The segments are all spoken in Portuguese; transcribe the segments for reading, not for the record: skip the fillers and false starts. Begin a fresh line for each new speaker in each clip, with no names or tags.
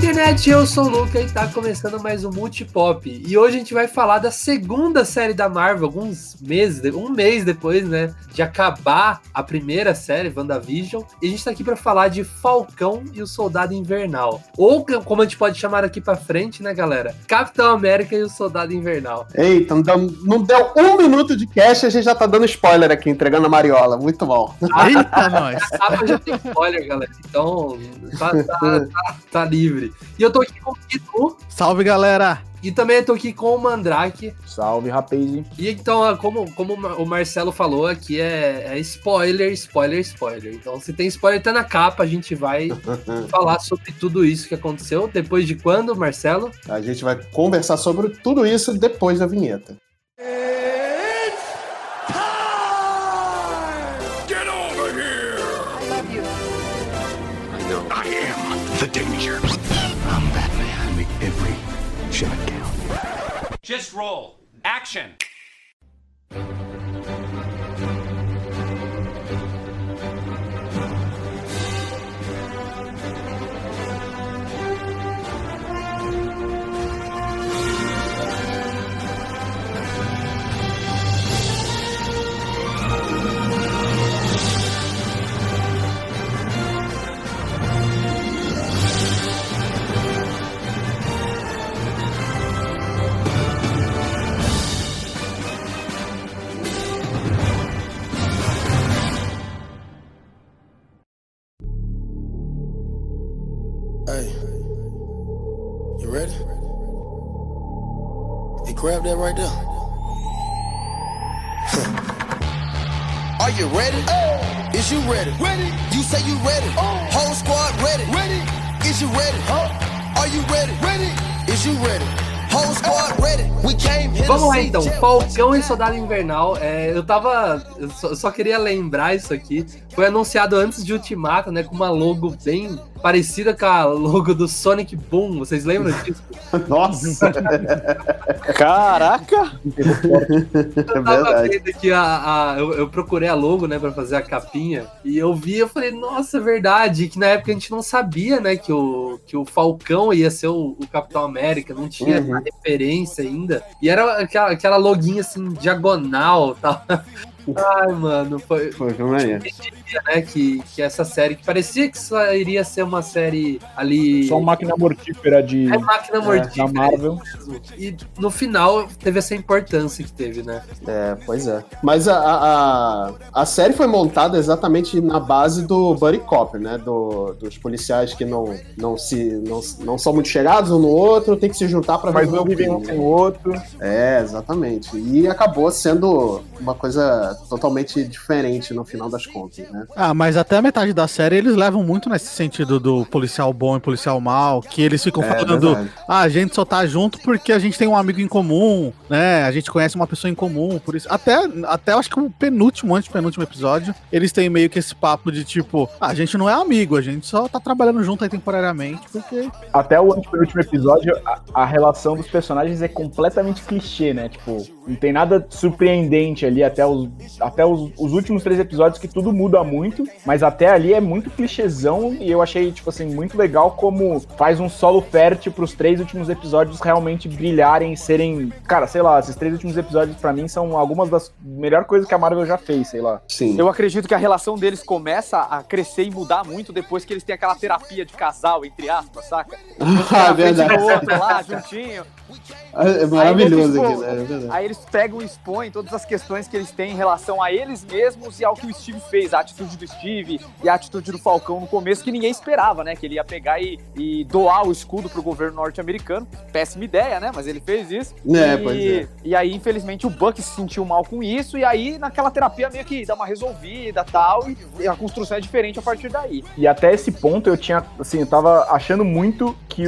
internet, eu sou o Luca e tá começando mais um Multipop. E hoje a gente vai falar da segunda série da Marvel, alguns meses, um mês depois, né, de acabar a primeira série, WandaVision. E a gente tá aqui pra falar de Falcão e o Soldado Invernal. Ou, como a gente pode chamar aqui pra frente, né, galera? Capitão América e o Soldado Invernal.
Eita, não deu um minuto de cast e a gente já tá dando spoiler aqui, entregando a Mariola. Muito bom.
Eita, nós! A capa já tem spoiler, galera. Então, tá livre. E eu tô aqui com o Kitu.
Salve, galera!
E também eu tô aqui com o Mandrake.
Salve, rapaz.
E então, como o Marcelo falou, aqui é spoiler. Então, se tem spoiler, tá na capa. A gente vai falar sobre tudo isso que aconteceu. Depois de quando, Marcelo?
A gente vai conversar sobre tudo isso depois da vinheta.
The danger. I'm Batman. I make every shot count.
Just roll. Action.
Hey, you ready? Hey, grab that right there. Are you ready? Is you ready? Ready. You say you ready. Whole squad ready. Ready. Is you ready? Are you ready? Ready. Is you ready? Whole squad ready. We came here.
Vamos lá então, Falcão e Soldado Invernal. Eu só queria lembrar isso aqui. Foi anunciado antes de Ultimato, né? Com uma logo bem parecida com a logo do Sonic Boom. Vocês lembram disso?
Nossa!
Caraca!
Eu tava vendo aqui, eu procurei a logo, né, pra fazer a capinha, e eu vi, eu falei, nossa, é verdade, que na época a gente não sabia, né, que o Falcão ia ser o Capitão América, não tinha essa referência ainda, e era aquela loguinha, assim, diagonal, tal. Ai, mano, foi né, que essa série, que parecia que só iria ser uma série ali...
Só máquina mortífera
máquina mortífera,
da Marvel.
E no final teve essa importância que teve, né?
Pois é. Mas a série foi montada exatamente na base do Buddy Cop, né? Dos policiais que não são muito chegados um no outro, tem que se juntar pra
resolver o crime, um com o outro.
Exatamente. E acabou sendo uma coisa totalmente diferente no final das contas, né?
Ah, mas até a metade da série eles levam muito nesse sentido do policial bom e policial mal, que eles ficam falando, a gente só tá junto porque a gente tem um amigo em comum, né? A gente conhece uma pessoa em comum, por isso. Até eu acho que o antepenúltimo episódio, eles têm meio que esse papo de tipo, a gente não é amigo, a gente só tá trabalhando junto aí temporariamente, porque...
Até o antepenúltimo episódio, a relação dos personagens é completamente clichê, né? Tipo, não tem nada surpreendente ali até os últimos 3 episódios, que tudo muda muito, mas até ali é muito clichêzão, e eu achei, tipo assim, muito legal como faz um solo fértil pros 3 últimos episódios realmente brilharem e serem, cara, sei lá, esses 3 últimos episódios pra mim são algumas das melhores coisas que a Marvel já fez, sei lá.
Sim.
Eu acredito que a relação deles começa a crescer e mudar muito depois que eles têm aquela terapia de casal, entre aspas, saca?
Verdade.
Um outro lá, juntinho.
É maravilhoso
aí,
aqui, né? É verdade.
Aí eles pegam e expõem todas as questões que eles têm em relação a eles mesmos e ao que o Steve fez, a atitude do Steve e a atitude do Falcão no começo, que ninguém esperava, né? Que ele ia pegar e doar o escudo pro governo norte-americano. Péssima ideia, né? Mas ele fez isso.
Pois é.
E aí, infelizmente, o Bucky se sentiu mal com isso, e aí, naquela terapia, meio que dá uma resolvida e tal, e a construção é diferente a partir daí.
E até esse ponto eu tava achando muito que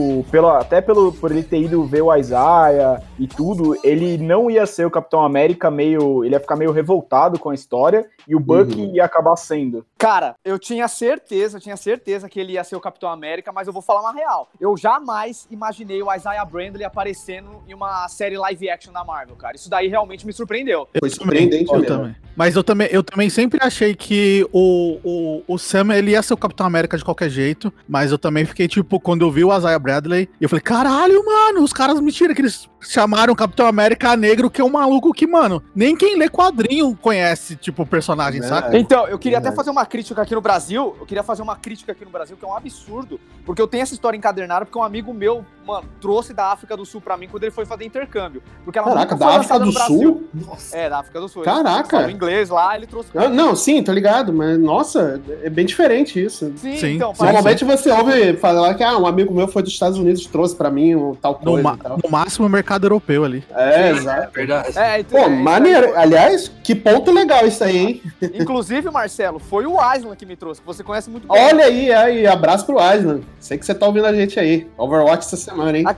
por ele ter ido ver o Isaiah e tudo, ele não ia ser o Capitão América ele ia ficar meio revoltado com a história, e o Bucky ia acabar sendo.
Cara, eu tinha certeza que ele ia ser o Capitão América, mas eu vou falar uma real. Eu jamais imaginei o Isaiah Bradley aparecendo em uma série live action da Marvel, cara. Isso daí realmente me surpreendeu.
Foi surpreendente mesmo.
Mas eu também sempre achei que o Sam, ele ia ser o Capitão América de qualquer jeito, mas eu também fiquei, tipo, quando eu vi o Isaiah Bradley, eu falei, caralho, mano, os caras mentiram que eles chamaram o Capitão América negro, que é um maluco que, mano, nem quem lê quadrinho conhece, tipo, o personagem, saca?
Então, eu queria até fazer uma crítica aqui no Brasil, que é um absurdo, porque eu tenho essa história encadernada, porque um amigo meu, mano, trouxe da África do Sul pra mim quando ele foi fazer intercâmbio. Porque ela
Caraca, da África do Sul?
Nossa. É, da África do Sul.
Caraca.
Ele inglês lá, ele trouxe...
Não, sim, tô ligado, mas, nossa, é bem diferente isso.
Sim. Então,
normalmente você ouve falar que, um amigo meu foi dos Estados Unidos e trouxe pra mim tal coisa e tal.
No máximo, o mercado europeu ali.
Exato.
É verdade.
Então, pô, maneiro. Aliás, que ponto legal isso aí, hein?
Inclusive, Marcelo, foi o Island que me trouxe, que você conhece muito bem.
Olha aí, abraço pro Island. Sei que você tá ouvindo a gente aí. Overwatch essa semana, hein?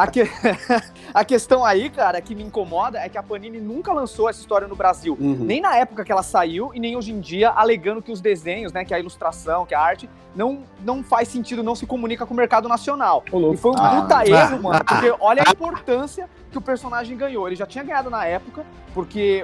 A questão aí, cara, que me incomoda é que a Panini nunca lançou essa história no Brasil. Nem na época que ela saiu e nem hoje em dia, alegando que os desenhos, né, que a ilustração, que a arte, não faz sentido, não se comunica com o mercado nacional. E foi um puta erro, mano, porque olha a importância que o personagem ganhou. Ele já tinha ganhado na época, porque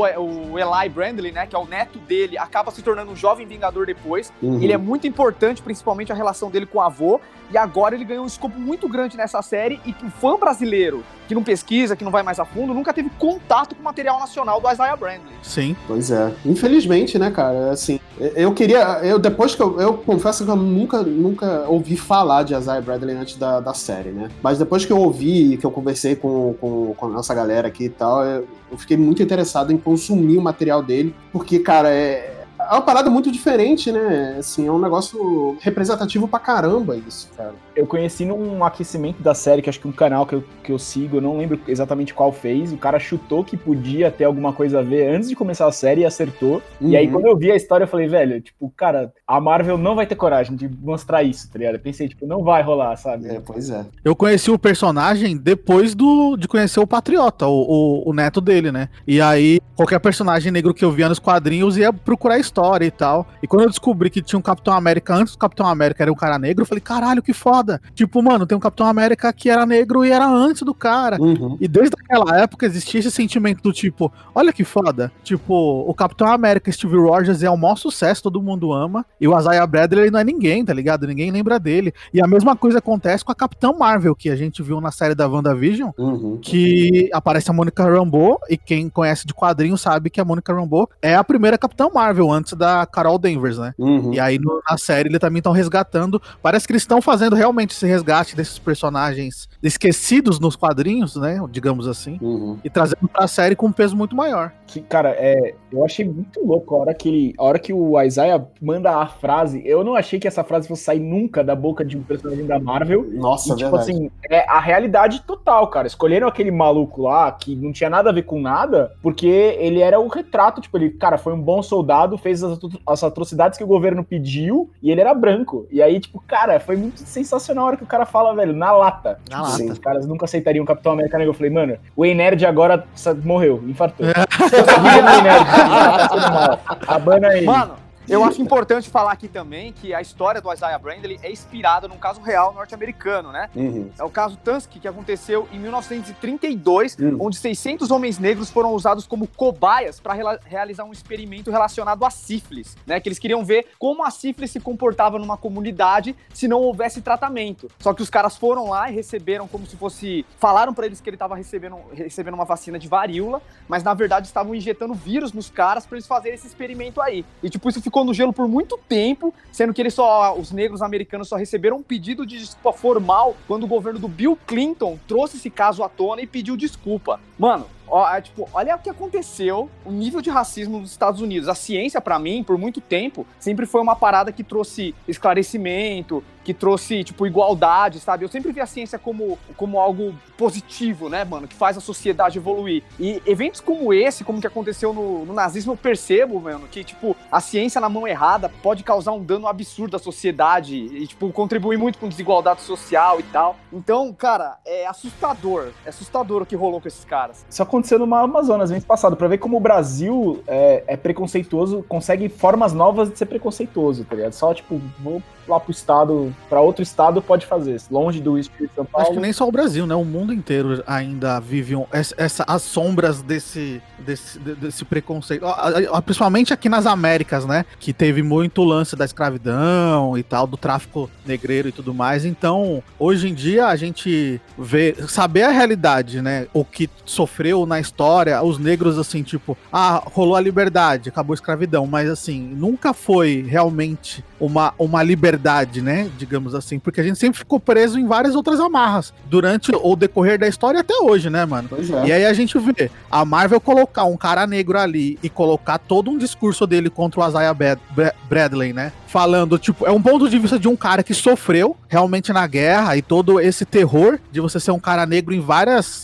o Eli Bradley, né, que é o neto dele, acaba se tornando um jovem Vingador depois. Ele é muito importante, principalmente a relação dele com o avô, e agora ele ganhou um escopo muito grande nessa série, e o fã brasileiro, que não pesquisa, que não vai mais a fundo, nunca teve contato com o material nacional do Isaiah Bradley.
Sim.
Pois é. Infelizmente, né, cara, assim, depois que eu confesso que eu nunca ouvi falar de Isaiah Bradley antes da série, né, mas depois que eu ouvi, que eu conversei com a nossa galera aqui e tal, eu fiquei muito interessado em consumir o material dele, porque, cara, é uma parada muito diferente, né? Assim, é um negócio representativo pra caramba isso, cara.
Eu conheci num aquecimento da série, que acho que um canal que eu sigo, eu não lembro exatamente qual fez, o cara chutou que podia ter alguma coisa a ver antes de começar a série e acertou. E aí, quando eu vi a história, eu falei, velho, tipo, cara, a Marvel não vai ter coragem de mostrar isso, tá ligado? Eu pensei, tipo, não vai rolar, sabe?
Pois é.
Eu conheci o personagem depois de conhecer o Patriota, o neto dele, né? E aí, qualquer personagem negro que eu via nos quadrinhos ia procurar história e tal. E quando eu descobri que tinha um Capitão América antes do Capitão América era um cara negro, eu falei, caralho, que foda. Tipo, mano, tem um Capitão América que era negro e era antes do cara. E desde aquela época existia esse sentimento do tipo, olha que foda. Tipo, o Capitão América, Steve Rogers, é o maior sucesso, todo mundo ama. E o Isaiah Bradley ele não é ninguém, tá ligado? Ninguém lembra dele. E a mesma coisa acontece com a Capitã Marvel, que a gente viu na série da WandaVision, que aparece a Monica Rambeau, e quem conhece de quadrinhos sabe que a Monica Rambeau é a primeira Capitã Marvel, antes da Carol Danvers, né? E aí na série eles também estão resgatando, parece que eles estão fazendo realmente esse resgate desses personagens esquecidos nos quadrinhos, né? Digamos assim, e trazendo pra série com um peso muito maior.
Que, cara, eu achei muito louco a hora que o Isaiah manda a frase. Eu não achei que essa frase fosse sair nunca da boca de um personagem da Marvel.
Nossa,
e, tipo assim, é a realidade total, cara. Escolheram aquele maluco lá que não tinha nada a ver com nada, porque ele era o retrato, tipo, ele, cara, foi um bom soldado, fez as atrocidades que o governo pediu, e ele era branco. E aí, tipo, cara, foi muito sensacional a hora que o cara fala, velho, na lata.
Na lata.
Os caras nunca aceitariam o Capitão América Negro. Eu falei, mano, o Ei-Nerd agora morreu, infartou. Abana aí.
Mano, eu acho importante falar aqui também que a história do Isaiah Bradley é inspirada num caso real norte-americano, né? É o caso Tusk, que aconteceu em 1932, onde 600 homens negros foram usados como cobaias para realizar um experimento relacionado à sífilis, né? Que eles queriam ver como a sífilis se comportava numa comunidade se não houvesse tratamento. Só que os caras foram lá e receberam como se fosse... Falaram para eles que ele estava recebendo uma vacina de varíola, mas na verdade estavam injetando vírus nos caras para eles fazerem esse experimento aí. E tipo, isso ficou no gelo por muito tempo, sendo que os negros americanos só receberam um pedido de desculpa formal quando o governo do Bill Clinton trouxe esse caso à tona e pediu desculpa. Mano, olha o que aconteceu, o nível de racismo nos Estados Unidos. A ciência, pra mim, por muito tempo, sempre foi uma parada que trouxe esclarecimento, que trouxe, tipo, igualdade, sabe? Eu sempre vi a ciência como algo positivo, né, mano? Que faz a sociedade evoluir. E eventos como esse, como que aconteceu no nazismo, eu percebo, mano, que, tipo, a ciência na mão errada pode causar um dano absurdo à sociedade e, tipo, contribuir muito com desigualdade social e tal. Então, cara, é assustador o que rolou com esses caras.
Isso aconteceu no Amazonas mês passado, pra ver como o Brasil é preconceituoso, consegue formas novas de ser preconceituoso, tá ligado? Só, tipo, vou lá pro estado, pra outro estado, pode fazer. Longe do Espírito São Paulo.
Acho que nem só o Brasil, né? O mundo inteiro ainda vive as sombras desse preconceito. Principalmente aqui nas Américas, né? Que teve muito lance da escravidão e tal, do tráfico negreiro e tudo mais. Então, hoje em dia, a gente saber a realidade, né? O que sofreu na história, os negros, assim, tipo, rolou a liberdade, acabou a escravidão, mas, assim, nunca foi realmente uma liberdade, né? Digamos assim, porque a gente sempre ficou preso em várias outras amarras durante o decorrer da história até hoje, né, mano?
Pois é.
E aí a gente vê a Marvel colocar um cara negro ali e colocar todo um discurso dele contra o Isaiah Bradley, né? Falando, tipo, é um ponto de vista de um cara que sofreu realmente na guerra e todo esse terror de você ser um cara negro em várias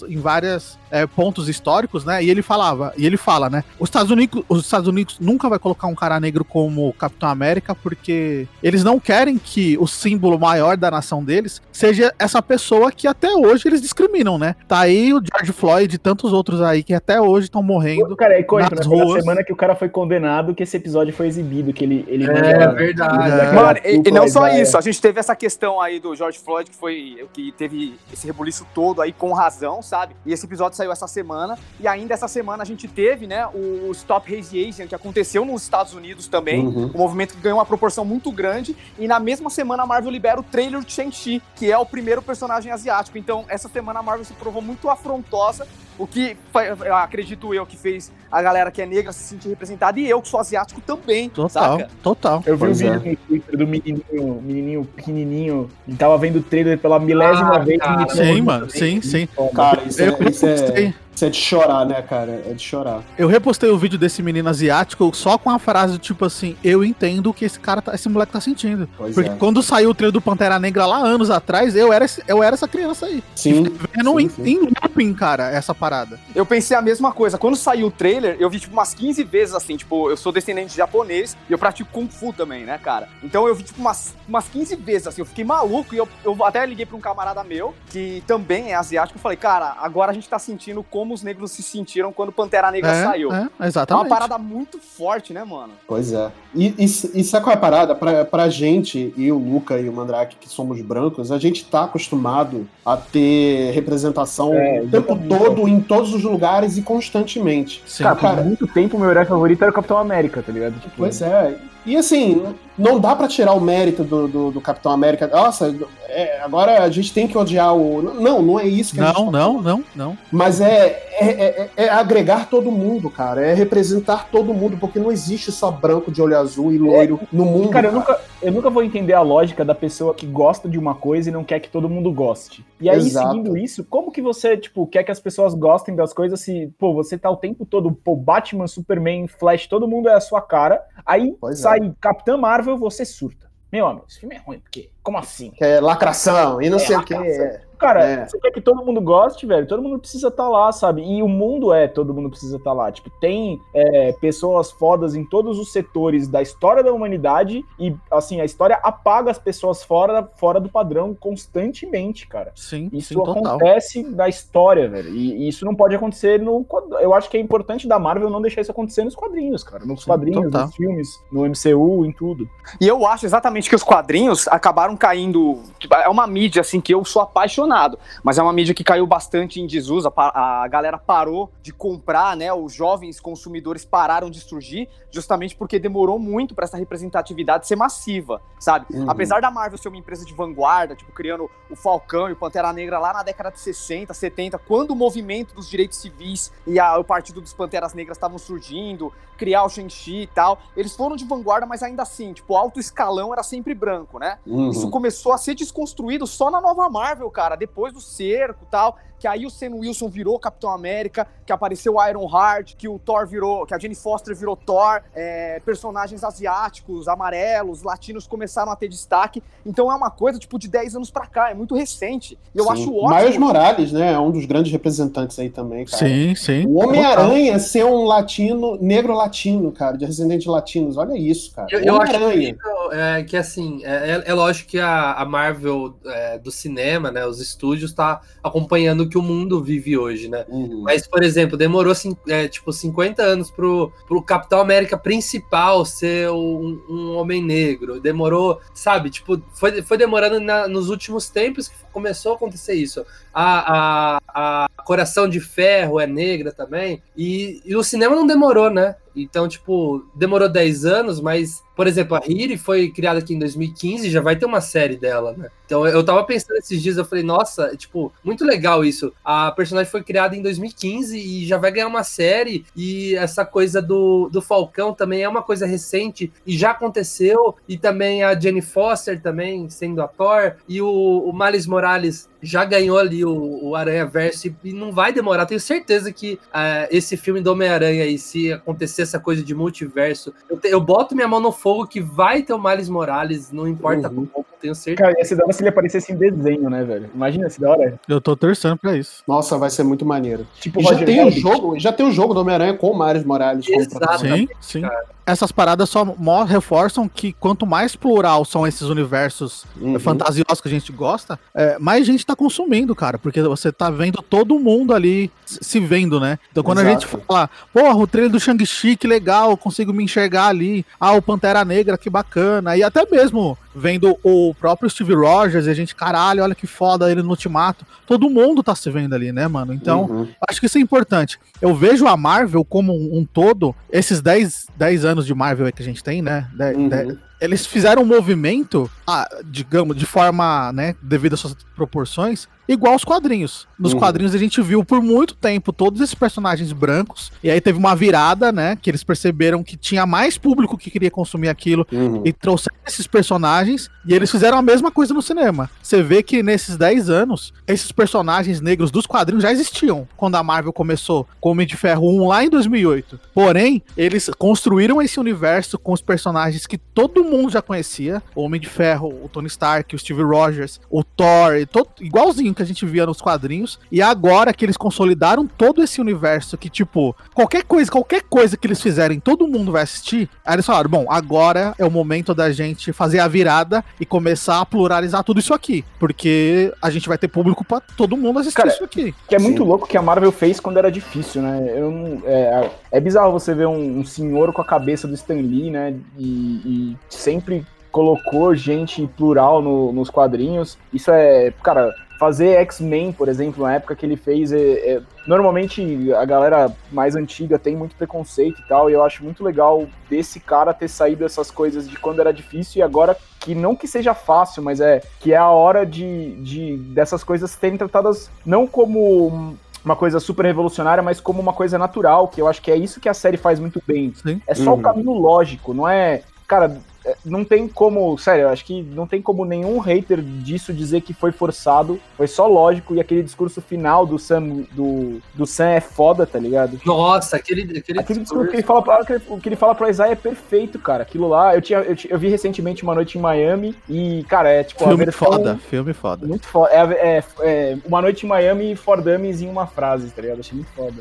pontos históricos, né? E ele fala, né? Os Estados Unidos nunca vai colocar um cara negro como Capitão América porque eles não querem que o símbolo maior da nação deles seja essa pessoa que até hoje eles discriminam, né? Tá aí o George Floyd e tantos outros aí que até hoje estão morrendo.
Cara, aí conta,
nas
ruas.
ruas.
Na semana que o cara foi condenado, que esse episódio foi exibido, que ele
verdade.
Mano, e não só isso, a gente teve essa questão aí do George Floyd, que teve esse rebuliço todo aí com razão, sabe? E esse episódio saiu essa semana, e ainda essa semana a gente teve, né, o Stop Race Asian, que aconteceu nos Estados Unidos também, um movimento que ganhou uma proporção muito grande, e na mesma semana a Marvel libera o trailer de Shang-Chi, que é o primeiro personagem asiático. Então, essa semana a Marvel se provou muito afrontosa, o que, acredito eu, que fez a galera que é negra se sentir representada, e eu, que sou asiático, também, saca?
Total.
Eu vi um vídeo no Twitter do menininho pequenininho, ele tava vendo o trailer pela milésima vez.
Cara.
Sim, mano, sim.
Cara, isso é de chorar, né, cara? É de chorar.
Eu repostei o vídeo desse menino asiático só com a frase tipo assim, eu entendo o que esse moleque tá sentindo. Porque quando saiu o trailer do Pantera Negra lá anos atrás, eu era essa criança aí.
Sim.
Vendo em looping, cara, essa parada.
Eu pensei a mesma coisa. Quando saiu o trailer, eu vi tipo umas 15 vezes assim, tipo, eu sou descendente de japonês e eu pratico Kung Fu também, né, cara? Então eu vi tipo umas 15 vezes assim, eu fiquei maluco e eu até liguei pra um camarada meu, que também é asiático, eu falei, cara, agora a gente tá sentindo como os negros se sentiram quando Pantera Negra saiu.
Exatamente.
É uma parada muito forte, né, mano?
Pois é. E sabe qual é a parada? Pra gente, e o Luca e o Mandrake, que somos brancos, a gente tá acostumado a ter representação o tempo todo, em todos os lugares e constantemente.
Sim,
cara, por muito tempo, meu herói favorito era o Capitão América, tá ligado? Tipo,
pois é. E assim, não dá pra tirar o mérito do Capitão América. Nossa, agora a gente tem que odiar o... Não é isso que a gente tá falando.
Não.
Mas é agregar todo mundo, cara. É representar todo mundo, porque não existe só branco de olho azul e loiro no mundo.
Cara, eu nunca vou entender a lógica da pessoa que gosta de uma coisa e não quer que todo mundo goste. E aí, seguindo isso, como que você, tipo, quer que as pessoas gostem das coisas se, pô, você tá o tempo todo, pô, Batman, Superman, Flash, todo mundo é a sua cara, aí sai Capitã Marvel, você surta. Meu amigo, esse filme é ruim, porque... Como assim?
Que é lacração e não sei o que.
Cara, você quer que todo mundo goste, velho? Todo mundo precisa estar lá, sabe? E o mundo todo mundo precisa estar lá. Tipo, tem pessoas fodas em todos os setores da história da humanidade e, assim, a história apaga as pessoas fora do padrão constantemente, cara.
Sim,
isso acontece na história, velho. E isso não pode acontecer no... Eu acho que é importante da Marvel não deixar isso acontecer nos quadrinhos, cara. Nos quadrinhos, nos filmes, no MCU, em tudo.
E eu acho exatamente que os quadrinhos acabaram caindo... Tipo, é uma mídia, assim, que eu sou apaixonado, mas é uma mídia que caiu bastante em desuso, a galera parou de comprar, né, os jovens consumidores pararam de surgir, justamente porque demorou muito para essa representatividade ser massiva, sabe? Apesar da Marvel ser uma empresa de vanguarda, tipo, criando o Falcão e o Pantera Negra lá na década de 60, 70, quando o movimento dos direitos civis e o Partido dos Panteras Negras estavam surgindo, criar o Shang-Chi e tal, eles foram de vanguarda, mas ainda assim, tipo, o alto escalão era sempre branco, né? Isso começou a ser desconstruído só na nova Marvel, cara, depois do cerco e tal, que aí o Sam Wilson virou Capitão América, que apareceu o Iron Heart, que o Thor virou, que a Jane Foster virou Thor, personagens asiáticos, amarelos, latinos começaram a ter destaque, então é uma coisa, tipo, de 10 anos pra cá, é muito recente, e eu acho ótimo.
Miles Morales, né, é um dos grandes representantes aí também, cara.
Sim.
O Homem-Aranha ser um latino, negro latino, cara, de descendente de latinos, olha isso, cara.
Eu acho que assim, é lógico que a Marvel do cinema, né, os estúdios, tá acompanhando o que o mundo vive hoje, né? Mas, por exemplo, demorou 50 anos pro Capitão América principal ser um homem negro. Demorou, sabe? Tipo, foi demorando nos últimos tempos que começou a acontecer isso. A Coração de Ferro é negra também. E o cinema não demorou, né? Então, tipo, demorou 10 anos, mas, por exemplo, a Riri foi criada aqui em 2015, já vai ter uma série dela, né? Então, eu tava pensando esses dias, eu falei, nossa, tipo, muito legal isso. A personagem foi criada em 2015 e já vai ganhar uma série, e essa coisa do Falcão também é uma coisa recente e já aconteceu, e também a Jane Foster também sendo a Thor, e o Miles Morales já ganhou ali o Aranha-Verso e não vai demorar. Tenho certeza que esse filme do Homem-Aranha aí, se acontecer essa coisa de multiverso, eu boto minha mão no fogo que vai ter o Miles Morales, não importa como, tenho certeza.
Cara, ia ser da hora se ele aparecesse em desenho, né, velho? Imagina se da hora.
Eu tô torcendo pra isso.
Nossa, vai ser muito maneiro.
Tipo,
já tem um jogo do Homem-Aranha com o Miles Morales.
Sim. Essas paradas só reforçam que quanto mais plural são esses universos fantasiosos que a gente gosta, mais gente tá consumindo, cara, porque você tá vendo todo mundo ali se vendo, né? Então quando a gente fala, porra, o trailer do Shang-Chi, que legal, consigo me enxergar ali, o Pantera Negra, que bacana, e até mesmo vendo o próprio Steve Rogers, e a gente, caralho, olha que foda ele no Ultimato, todo mundo tá se vendo ali, né, mano? Então, acho que isso é importante. Eu vejo a Marvel como um todo, esses 10 anos de Marvel aí que a gente tem, né, eles fizeram um movimento, digamos, de forma, né, devido às suas proporções, igual aos quadrinhos. Nos quadrinhos a gente viu por muito tempo todos esses personagens brancos, e aí teve uma virada, né, que eles perceberam que tinha mais público que queria consumir aquilo, e trouxeram esses personagens, e eles fizeram a mesma coisa no cinema. Você vê que nesses 10 anos, esses personagens negros dos quadrinhos já existiam, quando a Marvel começou com o Homem de Ferro 1 lá em 2008. Porém, eles construíram esse universo com os personagens que todo mundo já conhecia, o Homem de Ferro, o Tony Stark, o Steve Rogers, o Thor, igualzinho que a gente via nos quadrinhos, e agora que eles consolidaram todo esse universo que, tipo, qualquer coisa que eles fizerem, todo mundo vai assistir, aí eles falaram, bom, agora é o momento da gente fazer a virada e começar a pluralizar tudo isso aqui, porque a gente vai ter público pra todo mundo assistir isso aqui.
Que é muito louco que a Marvel fez quando era difícil, né? É bizarro você ver um senhor com a cabeça do Stan Lee, né, e sempre colocou gente plural nos quadrinhos. Isso cara, fazer X-Men, por exemplo, na época que ele fez, normalmente a galera mais antiga tem muito preconceito e tal, e eu acho muito legal desse cara ter saído dessas coisas de quando era difícil, e agora que não que seja fácil, mas que é a hora dessas coisas serem tratadas não como uma coisa super revolucionária, mas como uma coisa natural, que eu acho que é isso que a série faz muito bem.
Sim.
É só o caminho lógico, não é... Cara, não tem como... Sério, eu acho que não tem como nenhum hater disso dizer que foi forçado, foi só lógico, e aquele discurso final do Sam é foda, tá ligado?
Nossa, aquele
discurso que ele fala pra Isaiah é perfeito, cara. Aquilo lá, eu vi recentemente Uma Noite em Miami, e, cara, é tipo...
Filme foda.
Muito foda. É Uma Noite em Miami e For Dummies em uma frase, tá ligado? Achei muito foda.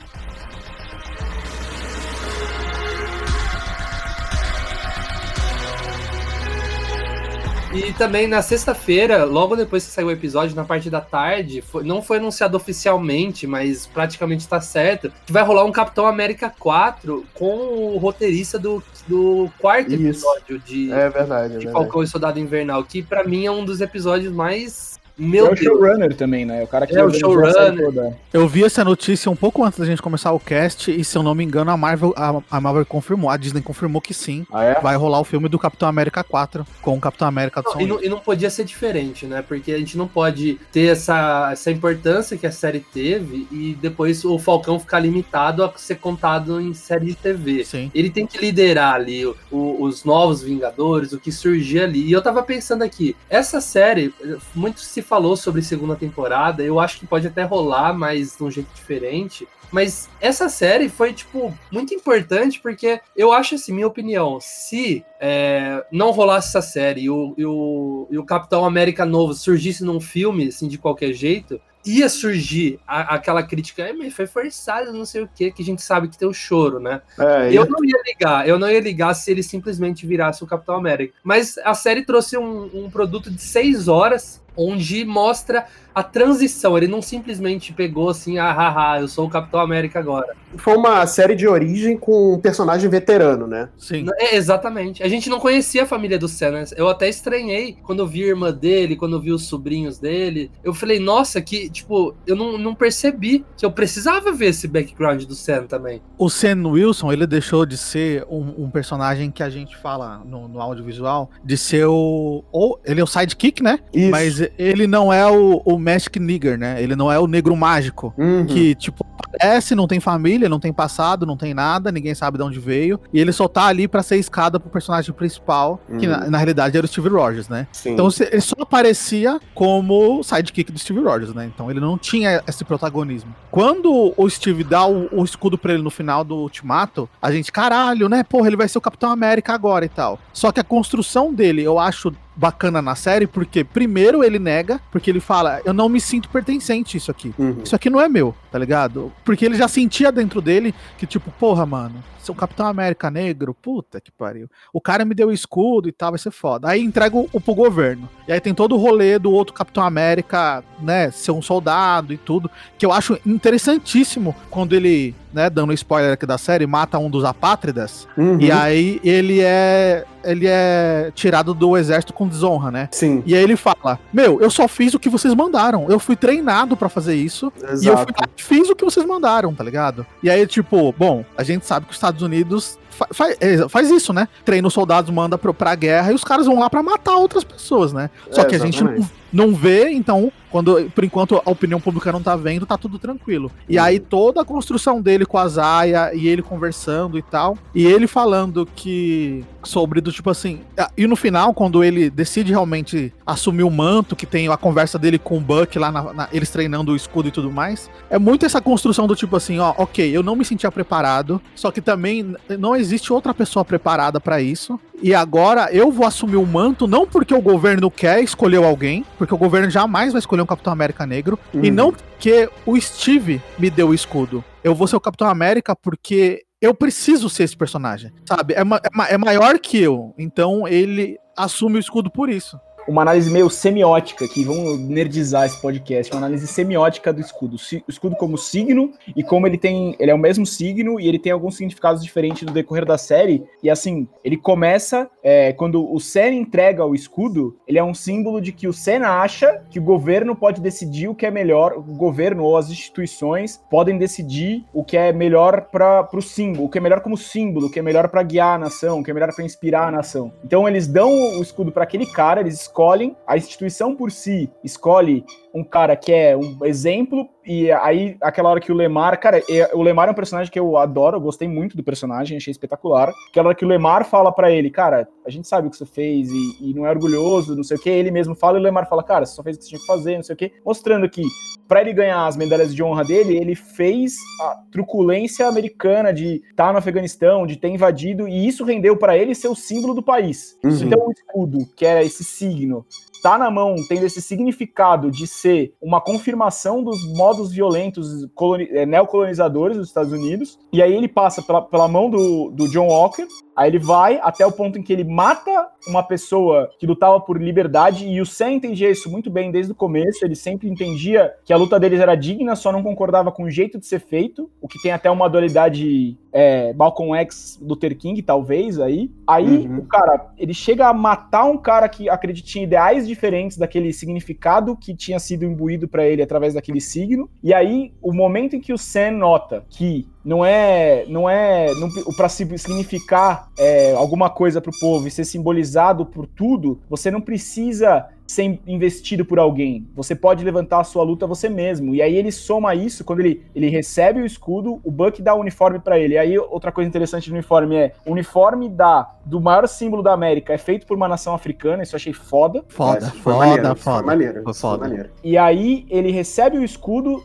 E também na sexta-feira, logo depois que saiu o episódio, na parte da tarde, não foi anunciado oficialmente, mas praticamente está certo, que vai rolar um Capitão América 4 com o roteirista do quarto episódio de Falcão e Soldado Invernal, que pra mim é um dos episórios mais... Meu Deus.
O showrunner também, né? O cara que
o showrunner.
Eu vi essa notícia um pouco antes da gente começar o cast, e se eu não me engano, a Marvel confirmou, a Disney confirmou que sim, vai rolar o filme do Capitão América 4 com o Capitão América do
E não podia ser diferente, né? Porque a gente não pode ter essa importância que a série teve e depois o Falcão ficar limitado a ser contado em série de TV.
Sim.
Ele tem que liderar ali os novos Vingadores, o que surgir ali. E eu tava pensando aqui, essa série, muito se falou sobre segunda temporada, eu acho que pode até rolar, mas de um jeito diferente. Mas essa série foi, tipo, muito importante, porque eu acho, assim, minha opinião, se não rolasse essa série e o Capitão América novo surgisse num filme, assim, de qualquer jeito, ia surgir aquela crítica, mas foi forçado, não sei o que a gente sabe que tem o choro, né? Eu não ia ligar se ele simplesmente virasse o Capitão América. Mas a série trouxe um produto de 6 horas, onde mostra a transição. Ele não simplesmente pegou assim, eu sou o Capitão América agora.
Foi uma série de origem com um personagem veterano, né?
Sim. Exatamente. A gente não conhecia a família do Sam, né? Eu até estranhei quando eu vi a irmã dele, quando eu vi os sobrinhos dele. Eu falei, nossa, que, tipo, eu não percebi que eu precisava ver esse background do Sam também.
O Sam Wilson, ele deixou de ser um personagem que a gente fala no audiovisual, de ser ele é o sidekick, né?
Isso.
Mas ele não é o Magic Nigger, né? Ele não é o negro mágico, que, tipo, aparece, não tem família, não tem passado, não tem nada, ninguém sabe de onde veio, e ele só tá ali pra ser escada pro personagem principal, que na realidade era o Steve Rogers, né?
Sim.
Então ele só aparecia como sidekick do Steve Rogers, né? Então ele não tinha esse protagonismo. Quando o Steve dá o escudo pra ele no final do Ultimato, a gente, caralho, né? Porra, ele vai ser o Capitão América agora e tal. Só que a construção dele, eu acho bacana na série, porque primeiro ele nega, porque ele fala, eu não me sinto pertencente a isso aqui. Isso aqui não é meu, tá ligado? Porque ele já sentia dentro dele que tipo, porra, mano, seu Capitão América negro, puta que pariu. O cara me deu o escudo e tal, vai ser foda. Aí entrega pro governo. E aí tem todo o rolê do outro Capitão América, né, ser um soldado e tudo, que eu acho interessantíssimo quando ele, né, dando spoiler aqui da série, mata um dos apátridas, e aí ele é tirado do exército com desonra, né?
Sim.
E aí ele fala, eu só fiz o que vocês mandaram, eu fui treinado pra fazer isso,
Exato.
e eu fiz o que vocês mandaram, tá ligado? E aí, tipo, bom, a gente sabe que os Estados Unidos faz isso, né? Treina os soldados, manda pra guerra, e os caras vão lá pra matar outras pessoas, né? Só que a gente não vê, então, por enquanto a opinião pública não tá vendo, tá tudo tranquilo. E aí toda a construção dele com a Zaya, e ele conversando e tal, e ele falando que sobre do tipo assim, e no final, quando ele decide realmente assumir o manto, que tem a conversa dele com o Buck lá, eles treinando o escudo e tudo mais, é muito essa construção do tipo assim, ó, ok, eu não me sentia preparado, só que também não existe outra pessoa preparada pra isso, e agora eu vou assumir o manto, não porque o governo quer escolher alguém, porque o governo jamais vai escolher um Capitão América negro, e não porque o Steve me deu o escudo. Eu vou ser o Capitão América porque eu preciso ser esse personagem, sabe? É maior que eu, então ele assume o escudo por isso.
Uma análise meio semiótica, que vamos nerdizar esse podcast, uma análise semiótica do escudo. O escudo como signo, e como ele é o mesmo signo, e ele tem alguns significados diferentes no decorrer da série, e assim, ele começa, quando o Sam entrega o escudo, ele é um símbolo de que o Sam acha que o governo pode decidir o que é melhor, o governo ou as instituições podem decidir o que é melhor para o símbolo, o que é melhor como símbolo, o que é melhor para guiar a nação, o que é melhor para inspirar a nação. Então eles dão o escudo para aquele cara, eles escolhem, a instituição por si escolhe um cara que é um exemplo, e aí aquela hora que o Lemar, cara, o Lemar é um personagem que eu adoro, eu gostei muito do personagem, achei espetacular. Aquela hora que o Lemar fala pra ele, cara, a gente sabe o que você fez e não é orgulhoso, não sei o que, ele mesmo fala, e o Lemar fala, cara, você só fez o que você tinha que fazer, não sei o que, mostrando que pra ele ganhar as medalhas de honra dele, ele fez a truculência americana de estar no Afeganistão, de ter invadido, e isso rendeu pra ele ser o símbolo do país. Então o escudo, que era esse signo, tá na mão, tendo esse significado de ser uma confirmação dos modos violentos neocolonizadores dos Estados Unidos, e aí ele passa pela mão do John Walker, aí ele vai até o ponto em que ele mata uma pessoa que lutava por liberdade, e o Sam entendia isso muito bem desde o começo, ele sempre entendia que a luta deles era digna, só não concordava com o jeito de ser feito, o que tem até uma dualidade Malcolm X, Luther King, talvez, aí o cara, ele chega a matar um cara que acredita em ideais diferentes daquele significado que tinha sido imbuído pra ele através daquele signo, e aí o momento em que o Sam nota que não para significar alguma coisa pro povo e ser simbolizado por tudo, você não precisa ser investido por alguém, você pode levantar a sua luta você mesmo, e aí ele soma isso, quando ele recebe o escudo, o Buck dá o uniforme pra ele, e aí outra coisa interessante do uniforme o uniforme do maior símbolo da América é feito por uma nação africana, isso eu achei foda.
Foda.
Maneiro.
Foi foda.
Maneiro.
E aí ele recebe o escudo e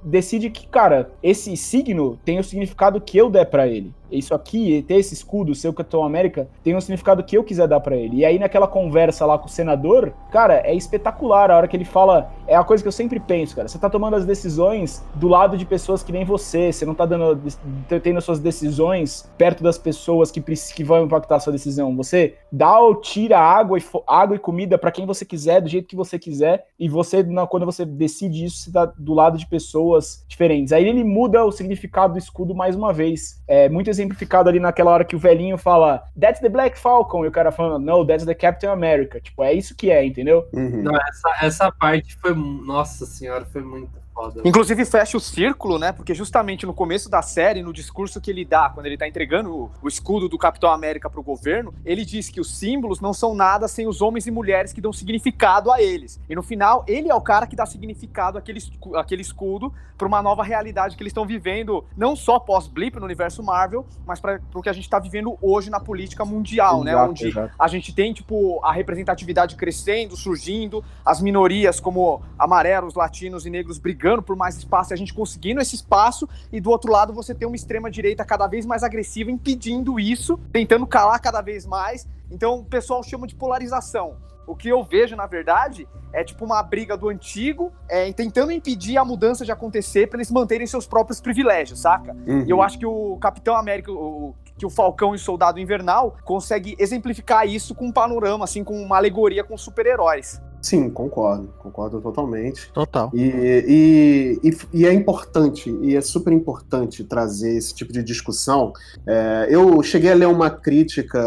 decide que, cara, esse signo tem o significado que eu der pra ele. Isso aqui, ter esse escudo, ser o Capitão América, tem um significado que eu quiser dar pra ele. E aí, naquela conversa lá com o senador, cara, é espetacular a hora que ele fala. É a coisa que eu sempre penso, cara. Você tá tomando as decisões do lado de pessoas que nem você. Você não tá tendo as suas decisões perto das pessoas que vão impactar a sua decisão. Você dá ou tira água e comida pra quem você quiser, do jeito que você quiser. E você, quando você decide isso, você tá do lado de pessoas diferentes. Aí ele muda o significado do escudo mais uma vez. É muito exemplificado ali naquela hora que o velhinho fala "That's the Black Falcon", e o cara falando "No, that's the Captain America". Tipo, é isso que é, entendeu?
Não, essa parte foi, nossa senhora, foi muito foda.
Inclusive fecha o círculo, né? Porque justamente no começo da série, no discurso que ele dá, quando ele tá entregando o escudo do Capitão América pro governo, ele diz que os símbolos não são nada sem os homens e mulheres que dão significado a eles. E no final, ele é o cara que dá significado àquele escudo pra uma nova realidade que eles estão vivendo, não só pós-blip no universo Marvel, mas pro que a gente tá vivendo hoje na política mundial, né? Onde a gente tem, tipo, a representatividade crescendo, surgindo, as minorias como amarelos, latinos e negros brigando por mais espaço, e a gente conseguindo esse espaço, e do outro lado você tem uma extrema-direita cada vez mais agressiva, impedindo isso, tentando calar cada vez mais. Então o pessoal chama de polarização. O que eu vejo, na verdade, é tipo uma briga do antigo, tentando impedir a mudança de acontecer para eles manterem seus próprios privilégios, saca? E eu acho que o Capitão América, que o Falcão e o Soldado Invernal consegue exemplificar isso com um panorama, assim, com uma alegoria com super-heróis.
Sim, concordo totalmente.
Total.
E é importante, e é super importante trazer esse tipo de discussão. Eu cheguei a ler uma crítica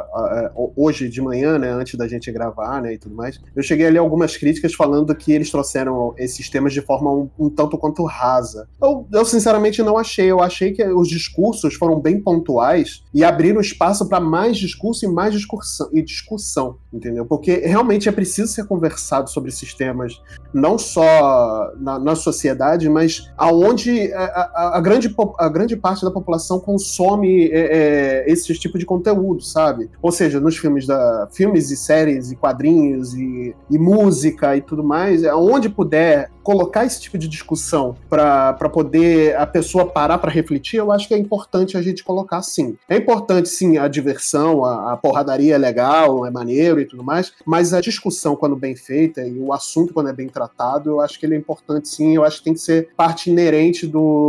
hoje de manhã, né, antes da gente gravar, né, e tudo mais. Eu cheguei a ler algumas críticas falando que eles trouxeram esses temas de forma um tanto quanto rasa. Eu sinceramente não achei. Eu achei que os discursos foram bem pontuais e abriram espaço para mais discurso e mais discussão, entendeu? Porque realmente é preciso ser conversado sobre esses temas, não só na sociedade, mas aonde a grande parte da população consome esse tipo de conteúdo, sabe? Ou seja, nos filmes e séries e quadrinhos e música e tudo mais, aonde puder colocar esse tipo de discussão para poder a pessoa parar para refletir, eu acho que é importante a gente colocar, sim. É importante, sim, a diversão, a porradaria é legal, é maneiro e tudo mais, mas a discussão, quando bem feita, e o assunto, quando é bem tratado, eu acho que ele é importante, sim, eu acho que tem que ser parte inerente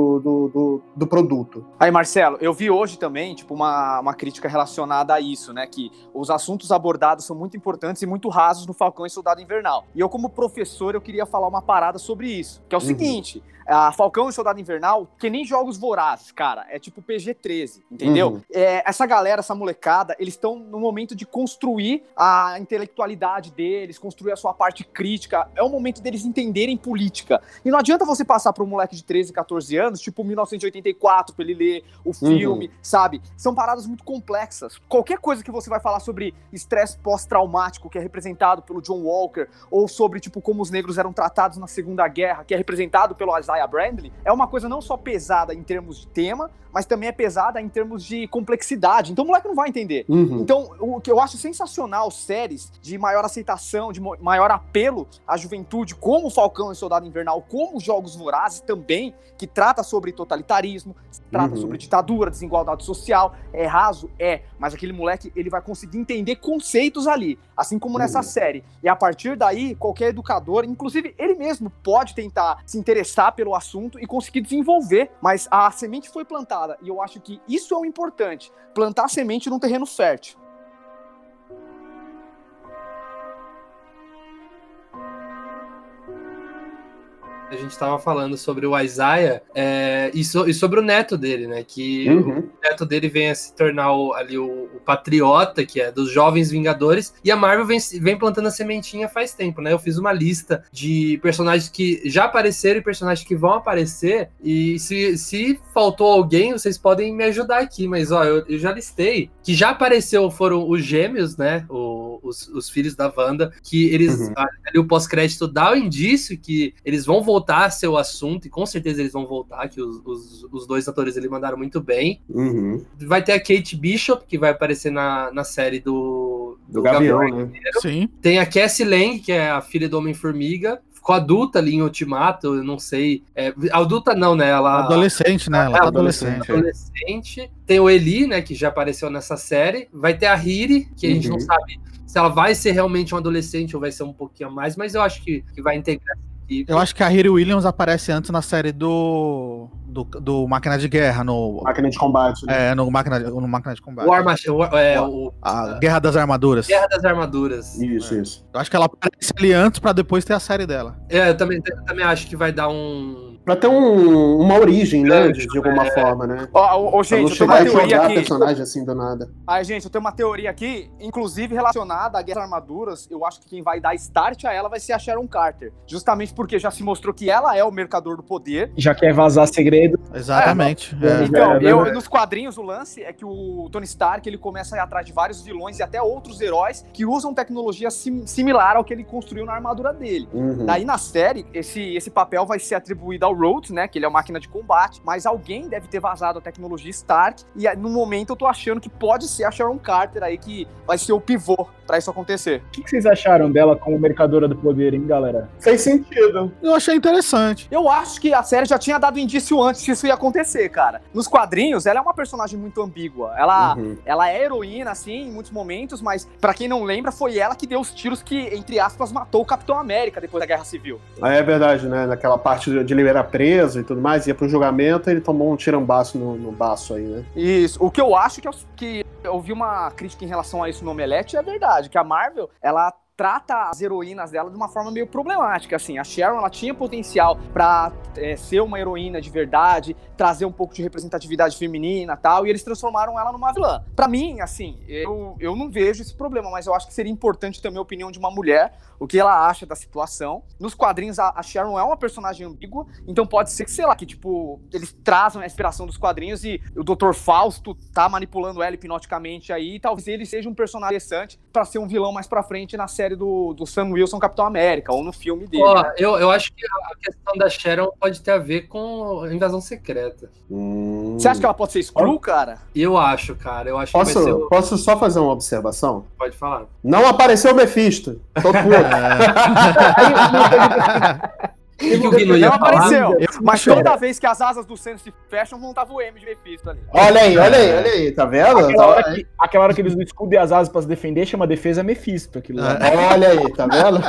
do produto.
Aí, Marcelo, eu vi hoje também, tipo, uma crítica relacionada a isso, né, que os assuntos abordados são muito importantes e muito rasos no Falcão e Soldado Invernal. E eu, como professor, eu queria falar uma parada sobre isso, que é o seguinte: a Falcão e Soldado Invernal, que nem Jogos Vorazes, cara, é tipo PG-13, entendeu? Essa galera, essa molecada, eles estão no momento de construir a intelectualidade deles, construir a sua parte crítica, é o momento deles entenderem política. E não adianta você passar para um moleque de 13, 14 anos, tipo 1984, pra ele ler o filme, sabe? São paradas muito complexas. Qualquer coisa que você vai falar sobre estresse pós-traumático, que é representado pelo John Walker, ou sobre, tipo, como os negros eram tratados na Segunda Guerra, que é representado pelo Isaiah Bradley, é uma coisa não só pesada em termos de tema, mas também é pesada em termos de complexidade. Então o moleque não vai entender. Então, o que eu acho sensacional, séries de maior aceitação, de maior apelo à juventude, como Falcão e Soldado Invernal, como Jogos Vorazes também, que trata sobre totalitarismo, trata sobre ditadura, desigualdade social. É raso? É. Mas aquele moleque, ele vai conseguir entender conceitos ali, assim como nessa série. E a partir daí, qualquer educador, inclusive ele mesmo, pode tentar se interessar pelo assunto e conseguir desenvolver. Mas a semente foi plantada. E eu acho que isso é o importante, plantar semente num terreno fértil.
A gente estava falando sobre o Isaiah e sobre o neto dele, né? Que o neto dele vem a se tornar o patriota, que é dos Jovens Vingadores, e a Marvel vem plantando a sementinha faz tempo, né? Eu fiz uma lista de personagens que já apareceram e personagens que vão aparecer, e se faltou alguém, vocês podem me ajudar aqui, mas ó, eu já listei, que já apareceu, foram os gêmeos, né? Os filhos da Wanda, que eles, ali o pós-crédito dá o indício que eles vão voltar a ser o assunto, e com certeza eles vão voltar, que os dois atores eles mandaram muito bem. Vai ter a Kate Bishop, que vai aparecer na série do
Gavião, né?
Sim.
Tem a Cassie Lang, que é a filha do Homem-Formiga. ficou adulta ali em Ultimato, eu não sei. Adulta não, né? Ela
adolescente, né? Ela tá adolescente.
Tem o Eli, né? Que já apareceu nessa série. Vai ter a Riri, que a gente não sabe se ela vai ser realmente um adolescente ou vai ser um pouquinho a mais, mas eu acho que vai integrar.
Eu acho que a Riri Williams aparece antes na série do Máquina de Guerra, no...
Máquina de Combate.
Né? No Máquina de Combate.
A
Guerra das Armaduras.
Guerra das Armaduras.
Isso.
Eu acho que ela aparece ali antes pra depois ter a série dela.
Eu também acho que vai dar
pra ter uma origem, né? De alguma forma, né?
Gente, eu tenho uma teoria aqui.
Personagem assim do nada.
Gente, eu tenho uma teoria aqui, inclusive relacionada à Guerra das Armaduras. Eu acho que quem vai dar start a ela vai ser a Sharon Carter. Justamente porque já se mostrou que ela é o mercador do poder.
Já quer vazar segredo.
Exatamente.
Então, nos quadrinhos, o lance é que o Tony Stark, ele começa a ir atrás de vários vilões e até outros heróis que usam tecnologia similar ao que ele construiu na armadura dele. Daí, na série, esse papel vai ser atribuído ao Rhodes, né, que ele é uma máquina de combate, mas alguém deve ter vazado a tecnologia Stark e no momento eu tô achando que pode ser a Sharon Carter aí que vai ser o pivô pra isso acontecer.
O que vocês acharam dela como mercadora do poder, hein, galera?
Fez sentido.
Eu achei interessante.
Eu acho que a série já tinha dado indício antes que isso ia acontecer, cara. Nos quadrinhos, ela é uma personagem muito ambígua. Ela é heroína, assim, em muitos momentos, mas pra quem não lembra, foi ela que deu os tiros que, entre aspas, matou o Capitão América depois da Guerra Civil.
É verdade, né? Naquela parte de ele era preso e tudo mais, ia pro julgamento, ele tomou um tirambaço no baço aí, né?
Isso. O que eu acho que eu ouvi uma crítica em relação a isso no Omelete, é verdade, que a Marvel, ela trata as heroínas dela de uma forma meio problemática, assim. A Sharon, ela tinha potencial pra ser uma heroína de verdade, trazer um pouco de representatividade feminina e tal, e eles transformaram ela numa vilã. Pra mim, assim, eu não vejo esse problema, mas eu acho que seria importante também a opinião de uma mulher, o que ela acha da situação. Nos quadrinhos, a Sharon é uma personagem ambígua, então pode ser que, sei lá, que, tipo, eles trazem a inspiração dos quadrinhos e o Dr. Fausto tá manipulando ela hipnoticamente aí, e talvez ele seja um personagem interessante pra ser um vilão mais pra frente na série do Sam Wilson Capitão América, ou no filme dele. Né?
Eu acho que a questão da Sharon pode ter a ver com a invasão secreta.
Você acha que ela pode ser Skrull, cara?
Eu acho, cara. Eu acho
posso,
que vai ser
posso só fazer uma observação?
Pode falar.
Não apareceu o Mephisto. Tô puto.
Não apareceu, mas toda vez que as asas do Senna se fecham, não tava o M de Mephisto ali.
Olha aí, tá vendo?
Aquela hora que eles escudam as asas pra se defender, chama defesa Mephisto. Aquilo lá.
Olha aí, tá vendo?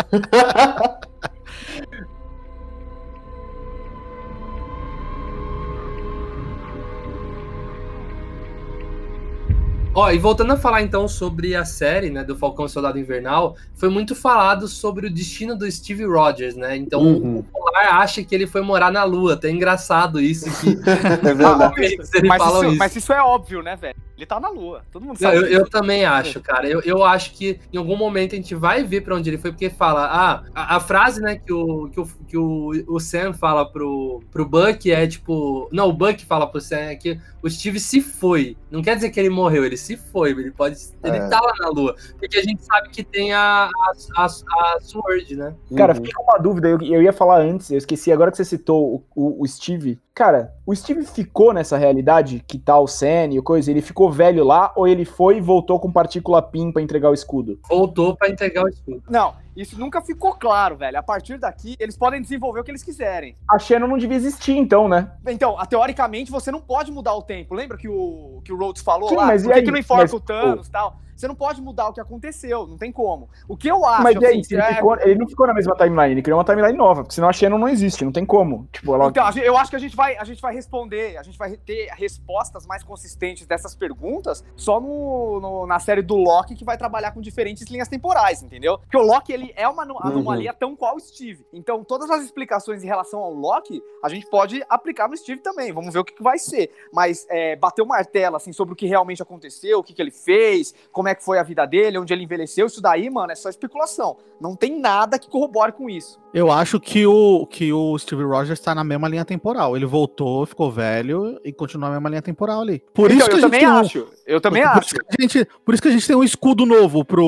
E voltando a falar então sobre a série, né, do Falcão e Soldado Invernal, foi muito falado sobre o destino do Steve Rogers, né? Então o Polar acha que ele foi morar na Lua. Até engraçado isso que
é verdade.
Mas isso é óbvio, né, velho? Ele tá na Lua. Todo mundo sabe.
Eu também acho, cara. Eu acho que em algum momento a gente vai ver pra onde ele foi, porque fala, a frase, né, que o Sam fala pro Buck é tipo, não, o Buck fala pro Sam é que o Steve se foi. Não quer dizer que ele morreu, ele se foi, ele tá lá na Lua, porque a gente sabe que tem a Sword, né?
Cara, fiquei com uma dúvida, eu ia falar antes, eu esqueci, agora que você citou o Steve. Cara, o Steve ficou nessa realidade que tá o Sam e coisa, ele ficou velho lá, ou ele foi e voltou com partícula PIN pra entregar o escudo?
Voltou pra entregar o escudo.
Não, isso nunca ficou claro, velho. A partir daqui, eles podem desenvolver o que eles quiserem.
A Shannon não devia existir, então, né?
Então, teoricamente, você não pode mudar o tempo. Lembra que o Rhodes falou?
Sim,
lá?
Mas
por que não enforca o Thanos e tal? Você não pode mudar o que aconteceu, não tem como. O que eu acho...
Mas assim, ele não ficou na mesma timeline, ele criou uma timeline nova, porque senão a Shannon não existe, não tem como. Tipo,
Então, eu acho que a gente vai responder, a gente vai ter respostas mais consistentes dessas perguntas só na série do Loki, que vai trabalhar com diferentes linhas temporais, entendeu? Porque o Loki, ele é uma anomalia tão qual o Steve. Então, todas as explicações em relação ao Loki, a gente pode aplicar no Steve também, vamos ver o que vai ser. Mas bater o martelo, assim, sobre o que realmente aconteceu, o que ele fez, como é que foi a vida dele, onde ele envelheceu, isso daí, mano, é só especulação. Não tem nada que corrobore com isso.
Eu acho que o Steve Rogers tá na mesma linha temporal. Ele voltou, ficou velho e continua na mesma linha temporal ali.
Eu também acho.
Por isso que a gente tem um escudo novo pro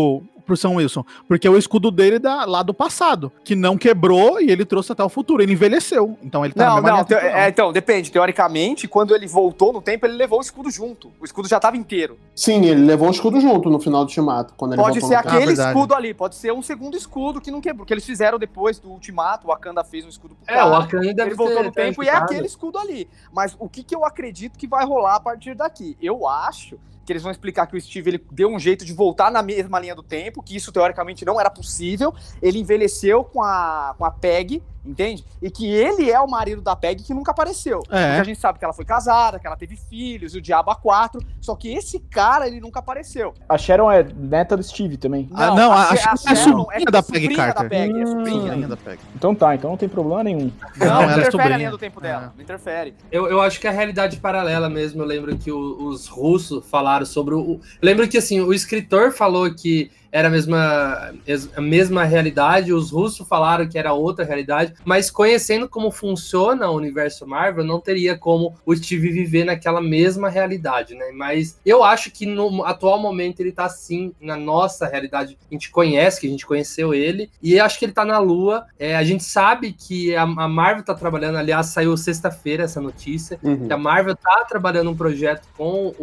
pro Sam Wilson, porque é o escudo dele lá do passado, que não quebrou e ele trouxe até o futuro, ele envelheceu, então ele tá na mesma linha.
Então, depende, teoricamente, quando ele voltou no tempo, ele levou o escudo junto, o escudo já tava inteiro.
Sim, ele levou o escudo junto no final do Ultimato, quando ele
pode ser aquele
escudo
ali, pode ser um segundo escudo que não quebrou, que eles fizeram depois do Ultimato, o Wakanda fez um escudo pro cara,
o Wakanda deve
ele voltou no
ter
tempo e é aquele escudo ali. Mas o que eu acredito que vai rolar a partir daqui? Eu acho que eles vão explicar que o Steve ele deu um jeito de voltar na mesma linha do tempo, que isso teoricamente não era possível, ele envelheceu com a Peggy, entende? E que ele é o marido da Peggy que nunca apareceu. Porque a gente sabe que ela foi casada, que ela teve filhos, e o diabo a 4, só que esse cara, ele nunca apareceu.
A Sharon é neta do Steve também.
Não, a Sharon é
da
Peggy Carter.
É sobrinha
da Peggy.
Então não tem problema nenhum.
Não interfere a linha do tempo dela, não interfere.
Eu acho que é a realidade paralela mesmo. Eu lembro que os russos falaram sobre eu lembro que, assim, o escritor falou que era a mesma realidade, os russos falaram que era outra realidade, mas conhecendo como funciona o universo Marvel, não teria como o Steve viver naquela mesma realidade, né? Mas eu acho que no atual momento ele tá, sim, na nossa realidade, a gente conhece, que a gente conheceu ele, e acho que ele tá na Lua. A gente sabe que a Marvel tá trabalhando, aliás, saiu sexta-feira essa notícia, que a Marvel tá trabalhando um projeto com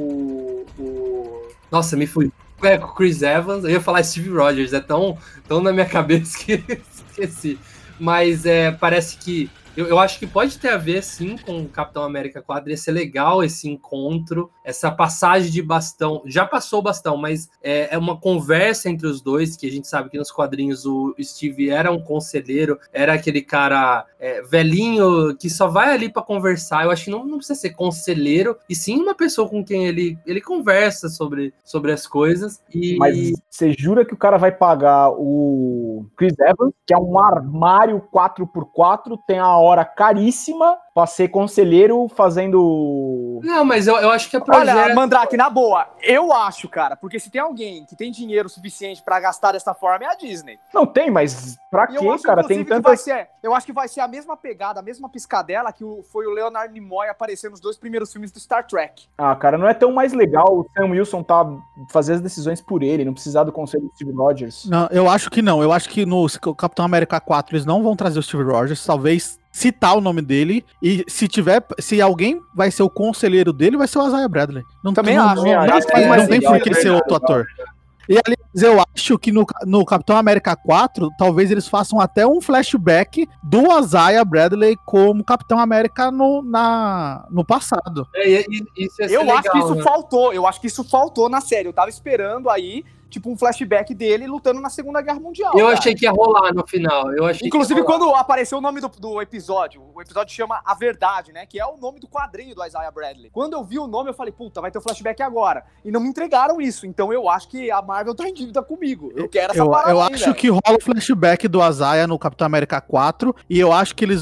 Nossa, me fui. Com o Chris Evans, eu ia falar Steve Rogers, é tão na minha cabeça que esqueci. Mas parece que eu acho que pode ter a ver, sim, com o Capitão América 4. Ia ser legal esse encontro, essa passagem de bastão. Já passou o bastão, mas é uma conversa entre os dois, que a gente sabe que nos quadrinhos o Steve era um conselheiro, era aquele cara velhinho que só vai ali pra conversar. Eu acho que não precisa ser conselheiro, e sim uma pessoa com quem ele conversa sobre as coisas.
Mas você jura que o cara vai pagar o Chris Evans, que é um armário 4x4, tem a hora caríssima pra ser conselheiro fazendo...
Não, mas eu acho que é
projeto... Olha, Mandrake, na boa, eu acho, cara, porque se tem alguém que tem dinheiro suficiente pra gastar dessa forma, é a Disney.
Não tem, mas pra quê, cara? Tem tanta...
Eu acho que vai ser a mesma pegada, a mesma piscadela que foi o Leonard Nimoy aparecer nos 2 primeiros filmes do Star Trek.
Ah, cara, não é tão mais legal o Sam Wilson fazer as decisões por ele, não precisar do conselho do Steve Rogers?
Não, eu acho que não. Eu acho que no Capitão América 4 eles não vão trazer o Steve Rogers, talvez citar o nome dele, e se alguém vai ser o conselheiro dele, vai ser o Isaiah Bradley.
Também acho.
Não tem por que ser outro ator. E, aliás, eu acho que no Capitão América 4, talvez eles façam até um flashback do Isaiah Bradley como Capitão América no passado.
Eu acho que isso faltou na série. Eu tava esperando aí, tipo, um flashback dele lutando na Segunda Guerra Mundial.
Eu achei que ia rolar no final.
Inclusive, quando apareceu o nome do episódio, o episódio chama A Verdade, né? Que é o nome do quadrinho do Isaiah Bradley. Quando eu vi o nome, eu falei, puta, vai ter o flashback agora. E não me entregaram isso. Então eu acho que a Marvel tá em dívida comigo. Eu quero essa parada.
Eu acho que rola o flashback do Isaiah no Capitão América 4. E eu acho que eles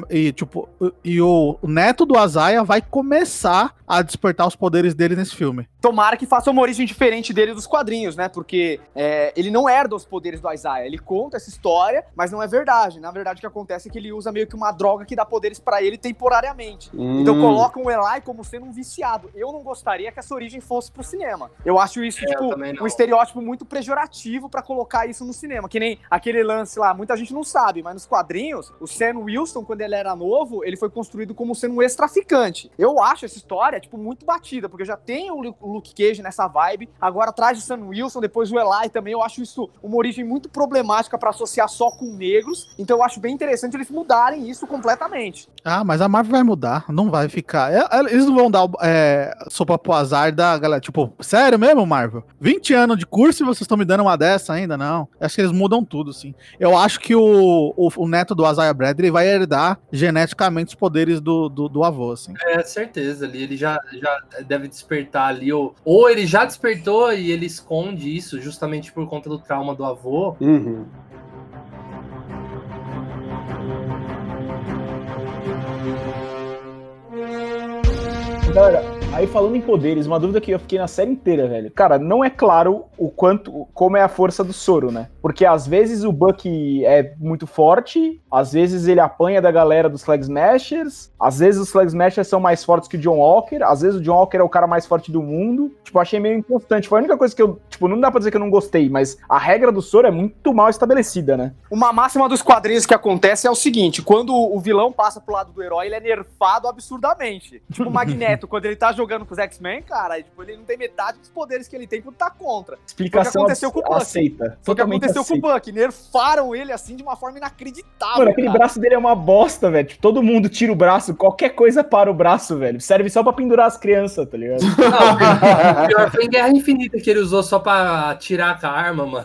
e o neto do Isaiah vai começar a despertar os poderes dele nesse filme.
Tomara que faça uma origem diferente dele dos quadrinhos, né? Porque ele não herda os poderes do Isaiah. Ele conta essa história, mas não é verdade. Na verdade, o que acontece é que ele usa meio que uma droga que dá poderes pra ele temporariamente. Então colocam o Eli como sendo um viciado. Eu não gostaria que essa origem fosse pro cinema. Eu acho isso, um estereótipo muito pejorativo pra colocar isso no cinema. Que nem aquele lance lá, muita gente não sabe, mas nos quadrinhos, o Sam Wilson, quando ele era novo, ele foi construído como sendo um ex-traficante. Eu acho essa história, muito batida, porque já tem o Luke Cage nessa vibe, agora atrás do Sam Wilson, depois o Eli também. Eu acho isso uma origem muito problemática pra associar só com negros, então eu acho bem interessante eles mudarem isso completamente.
Ah, mas a Marvel vai mudar, não vai ficar. Eles não vão dar sopa pro azar da galera, tipo, sério mesmo, Marvel? 20 anos de curso e vocês estão me dando uma dessa ainda? Não. Acho que eles mudam tudo, sim. Eu acho que o neto do Isaiah Bradley vai herdar geneticamente os poderes do avô, assim.
Certeza, ali ele já deve despertar ali, ou ele já despertou e ele esconde isso justamente por conta do trauma do avô.
Uhum.
Galera, Aí falando em poderes, uma dúvida que eu fiquei na série inteira, velho. Cara, não é claro como é a força do soro, né? Porque às vezes o Bucky é muito forte, às vezes ele apanha da galera dos Flag Smashers, às vezes os Flag Smashers são mais fortes que o John Walker, às vezes o John Walker é o cara mais forte do mundo. Tipo, eu achei meio inconstante. Foi a única coisa que eu, tipo, não dá pra dizer que eu não gostei, mas a regra do soro é muito mal estabelecida, né?
Uma máxima dos quadrinhos que acontece é o seguinte, quando o vilão passa pro lado do herói, ele é nerfado absurdamente. Tipo o Magneto, quando ele tá jogando com os X-Men, cara, tipo, ele não tem metade dos poderes que ele tem quando tá contra.
Explicação
aconteceu com o Bucky.
aceita.
Foi o que aconteceu com o Bucky. Nerfaram ele assim de uma forma inacreditável.
Mano, aquele braço dele é uma bosta, velho. Tipo, todo mundo tira o braço, qualquer coisa para o braço, velho. Serve só pra pendurar as crianças, tá ligado?
Não, pior foi em Guerra Infinita que ele usou só pra tirar com a arma, mano.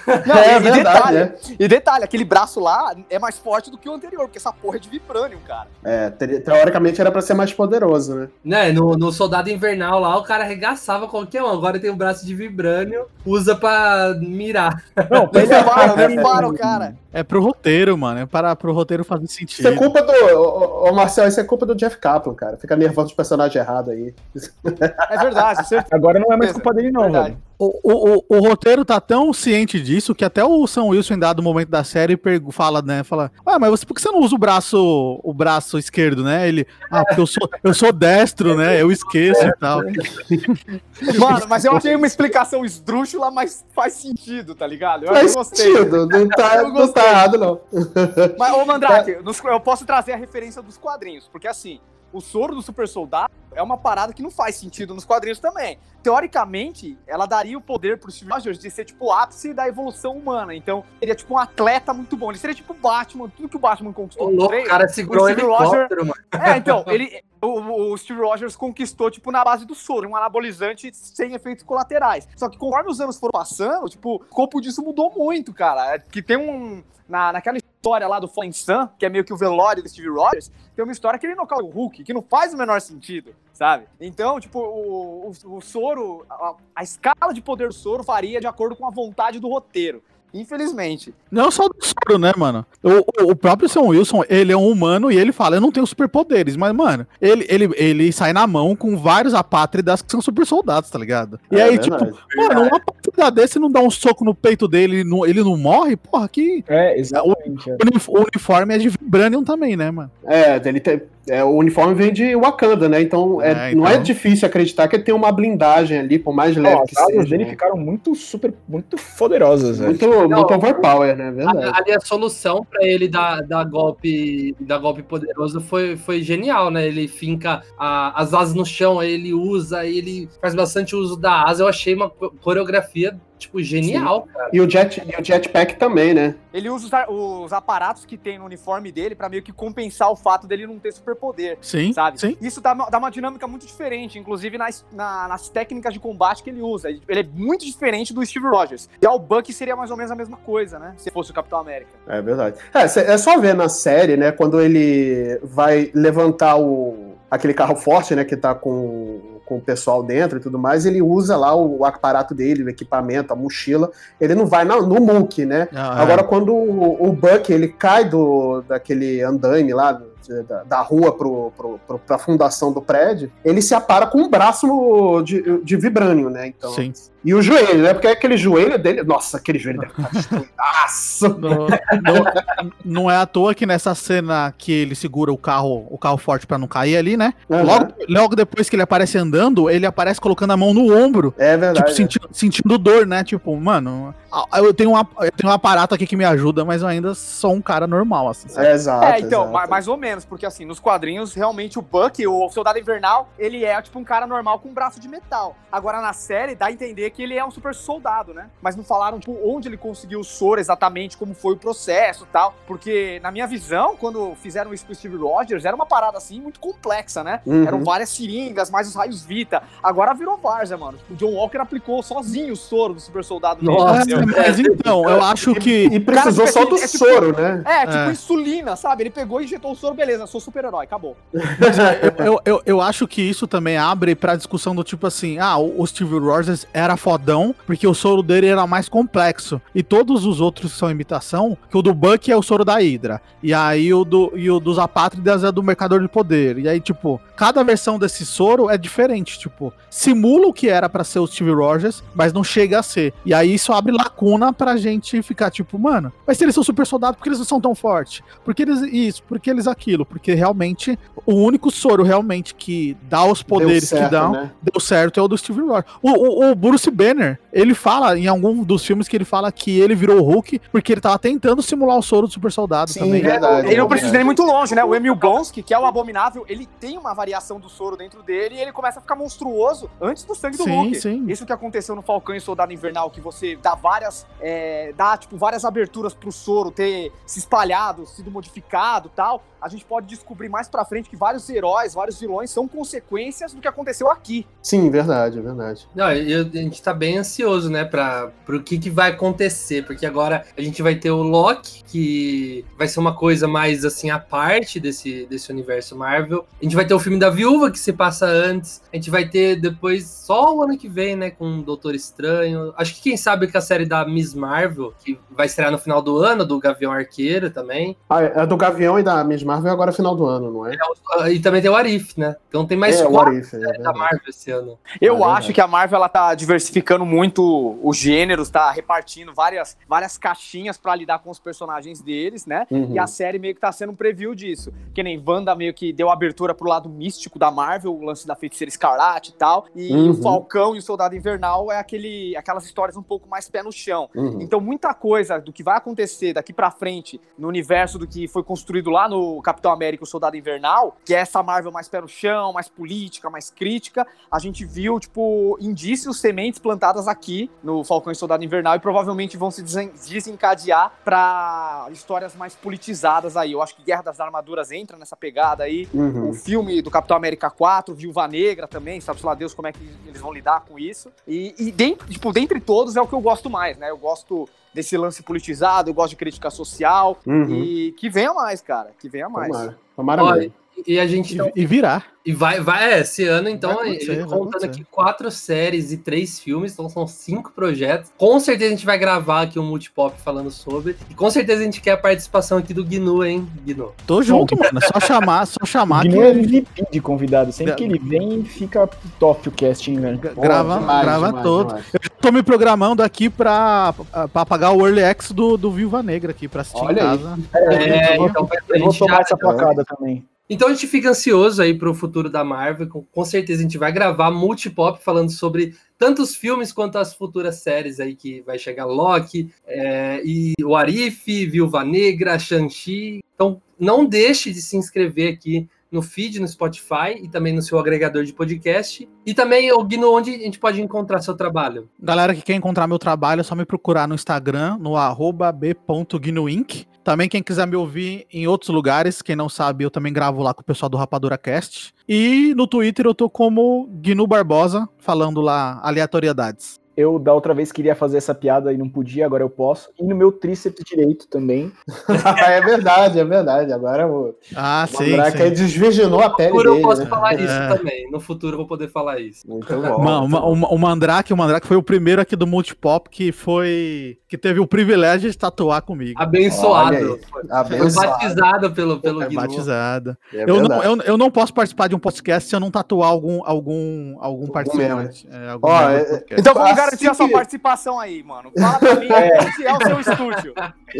Não, e detalhe, aquele braço lá é mais forte do que o anterior, porque essa porra é de Vibranium, cara.
Teoricamente era pra ser mais poderoso, né?
Né, no Soldado Invernal lá, o cara arregaçava qualquer um. Agora tem um braço de Vibranium, usa pra mirar.
Não,
nerfaram, cara.
É pro roteiro, mano. É para pro roteiro fazer sentido.
Isso é culpa do... Marcel, isso é culpa do Jeff Kaplan, cara. Fica nervoso de personagem errado aí.
É verdade, certo?
Agora não é mais culpa dele, não, velho.
O roteiro tá tão ciente disso que até o Sam Wilson, em dado momento da série, fala, mas por que você não usa o braço esquerdo, né? Ele, porque eu sou destro, né? Eu esqueço e tal.
Mano, mas eu achei uma explicação esdrúxula, mas faz sentido, tá ligado? Eu
gostei. Não tá errado, não.
Mas, ô Mandrake, eu posso trazer a referência dos quadrinhos, porque assim, o soro do super soldado é uma parada que não faz sentido nos quadrinhos também. Teoricamente, ela daria o poder pro Steve Rogers de ser tipo o ápice da evolução humana. Então, seria tipo um atleta muito bom. Ele seria tipo o Batman, tudo que o Batman conquistou.
O cara segurou o helicóptero, mano.
Então, o Steve Rogers conquistou, tipo, na base do soro, um anabolizante sem efeitos colaterais. Só que conforme os anos foram passando, tipo, o corpo disso mudou muito, cara. Que tem naquela história lá do Fallen Sun, que é meio que o velório do Steve Rogers, tem uma história que ele nocauta o Hulk, que não faz o menor sentido, sabe? Então, tipo, o soro, a escala de poder do soro varia de acordo com a vontade do roteiro. Infelizmente.
Não só do soro, né, mano? O próprio Sam Wilson, ele é um humano e ele fala, eu não tenho superpoderes, mas, mano, ele sai na mão com vários apátridas que são super soldados, tá ligado? E aí, tipo, mano, uma apátrida desse não dá um soco no peito dele, ele não morre? Porra, que...
exatamente.
O uniforme é de Vibranium também, né, mano?
O uniforme vem de Wakanda, né? Então, não é difícil acreditar que ele tem uma blindagem ali, por mais leve que seja.
As asas dele ficaram muito poderosas, velho.
Muito overpower, né? Verdade.
Ali a solução pra ele dar golpe poderoso foi genial, né? Ele finca as asas no chão, aí ele usa, aí ele faz bastante uso da asa. Eu achei uma coreografia, tipo, genial,
sim,
cara.
E o jetpack também, né?
Ele usa os aparatos que tem no uniforme dele pra meio que compensar o fato dele não ter superpoder.
Sim,
sabe?
Sim.
Isso dá uma dinâmica muito diferente, inclusive nas técnicas de combate que ele usa. Ele é muito diferente do Steve Rogers. E o Bucky seria mais ou menos a mesma coisa, né? Se fosse o Capitão América.
É verdade. É só ver na série, né? Quando ele vai levantar aquele carro forte, né? Que tá com o pessoal dentro e tudo mais, ele usa lá o aparato dele, o equipamento, a mochila, ele não vai no muque, né? Agora, quando o Bucky, ele cai daquele andaime lá, da rua pra fundação do prédio, ele se apara com um braço de Vibranium, né? Então,
sim.
E o joelho, né? Porque aquele joelho dele... Nossa, aquele joelho deve estar destruidaço.
Não é à toa que nessa cena que ele segura o carro forte pra não cair ali, né?
Uhum.
Logo depois que ele aparece andando, ele aparece colocando a mão no ombro.
É verdade.
Tipo, sentindo dor, né? Tipo, mano, eu tenho um aparato aqui que me ajuda, mas eu ainda sou um cara normal, assim. Sabe?
Exato.
Então,
exato.
mais ou menos, porque assim, nos quadrinhos, realmente o Bucky, o Soldado Invernal, ele é tipo um cara normal com um braço de metal. Agora na série, dá a entender que ele é um super soldado, né? Mas não falaram, tipo, onde ele conseguiu o soro exatamente, como foi o processo e tal. Porque, na minha visão, quando fizeram isso com o Steve Rogers, era uma parada, assim, muito complexa, né?
Uhum.
Eram várias seringas, mais os raios Vita. Agora virou várzea, mano. Tipo, o John Walker aplicou sozinho o soro do super soldado dele.
Mas então, eu acho que...
E precisou só do soro, né?
Tipo insulina, sabe? Ele pegou e injetou o soro, beleza. beleza, sou super-herói, acabou.
Eu acho que isso também abre pra discussão do tipo assim, o Steve Rogers era fodão porque o soro dele era mais complexo. E todos os outros são imitação, que o do Bucky é o soro da Hydra. E aí o dos Apátridas é do Mercador de Poder. E aí, tipo, cada versão desse soro é diferente, tipo, simula o que era pra ser o Steve Rogers, mas não chega a ser. E aí isso abre lacuna pra gente ficar tipo, mano, mas se eles são super soldados, por que eles não são tão fortes? Por que eles isso? Por que eles aquilo? Porque realmente, o único soro realmente que dá os poderes que dão, né? Deu certo, é o do Steve Rogers. O Bruce Banner, ele fala, em algum dos filmes, que ele fala que ele virou o Hulk porque ele tava tentando simular o soro do super soldado.
Sim,
também.
Verdade,
ele não precisa ir muito longe, né? O Emil Blonsky, que é o Abominável, ele tem uma variação do soro dentro dele e ele começa a ficar monstruoso antes do sangue do Hulk.
Sim.
Isso que aconteceu no Falcão e Soldado Invernal, que você dá várias aberturas pro soro ter se espalhado, sido modificado e tal. A gente pode descobrir mais pra frente que vários heróis, vários vilões são consequências do que aconteceu aqui.
Sim, verdade, verdade.
Não, a gente tá bem ansioso, né, pro que vai acontecer, porque agora a gente vai ter o Loki, que vai ser uma coisa mais, assim, à parte desse universo Marvel. A gente vai ter o filme da Viúva, que se passa antes. A gente vai ter depois, só o ano que vem, né, com o Doutor Estranho. Acho que quem sabe que a série da Miss Marvel, que vai estrear no final do ano, do Gavião Arqueiro também.
É do Gavião e da Miss Marvel agora final do ano, não é?
E também tem o Arif, né? Então tem mais 4 da Marvel esse ano.
Eu acho que a Marvel, ela tá diversificando muito os gêneros, tá repartindo várias caixinhas pra lidar com os personagens deles, né?
Uhum.
E a série meio que tá sendo um preview disso. Que nem Wanda meio que deu abertura pro lado místico da Marvel, o lance da Feiticeira Escarlate e tal. E o Falcão e o Soldado Invernal é aquelas histórias um pouco mais pé no chão. Então muita coisa do que vai acontecer daqui pra frente no universo do que foi construído lá no Capitão América e o Soldado Invernal, que é essa Marvel mais pé no chão, mais política, mais crítica, a gente viu, tipo, indícios, sementes plantadas aqui no Falcão e Soldado Invernal e provavelmente vão se desencadear pra histórias mais politizadas aí. Eu acho que Guerra das Armaduras entra nessa pegada aí. O filme do Capitão América 4, Viúva Negra também, sabe-se lá Deus como é que eles vão lidar com isso. E dentre todos é o que eu gosto mais, né? Eu gosto desse lance politizado, eu gosto de crítica social e que venha mais, cara, que venha mais.
Tomara mesmo.
E a gente...
E virar.
E vai esse ano, então, contando aqui 4 séries e 3 filmes, então são 5 projetos. Com certeza a gente vai gravar aqui um Multipop falando sobre. E com certeza a gente quer a participação aqui do Gnu, hein, Gnu?
Tô junto, mano. Só chamar.
Gnu é MVP de convidado. Sempre que ele vem, fica top o casting, velho.
Grava todo. Eu tô me programando aqui pra pagar o Early Access do Viúva Negra aqui, pra assistir em casa.
Então
eu vou tomar essa facada também.
Então a gente fica ansioso aí pro futuro da Marvel, com certeza a gente vai gravar Multipop falando sobre tanto os filmes quanto as futuras séries aí que vai chegar Loki, e o Arif, Viúva Negra, Shang-Chi. Então não deixe de se inscrever aqui no feed, no Spotify e também no seu agregador de podcast. E também, Gnu, onde a gente pode encontrar seu trabalho?
Galera que quer encontrar meu trabalho é só me procurar no Instagram, no @b.gnuinc. Também quem quiser me ouvir em outros lugares, quem não sabe, eu também gravo lá com o pessoal do Rapadura Cast. E no Twitter eu tô como Gnu Barbosa, falando lá aleatoriedades.
Eu, da outra vez, queria fazer essa piada e não podia, agora eu posso. E no meu tríceps direito também.
É verdade. Agora o Mandrake desvirginou a pele dele.
No futuro eu posso falar isso também. No futuro eu vou poder falar isso.
Muito bom.
O Mandrake foi o primeiro aqui do Multipop que teve o privilégio de tatuar comigo.
Abençoado. Foi batizado pelo Gnu.
Batizado. Eu não posso participar de um podcast se eu não tatuar algum participante.
Então vamos garantir a sua participação aí, mano. Fala pra mim onde é o seu estúdio.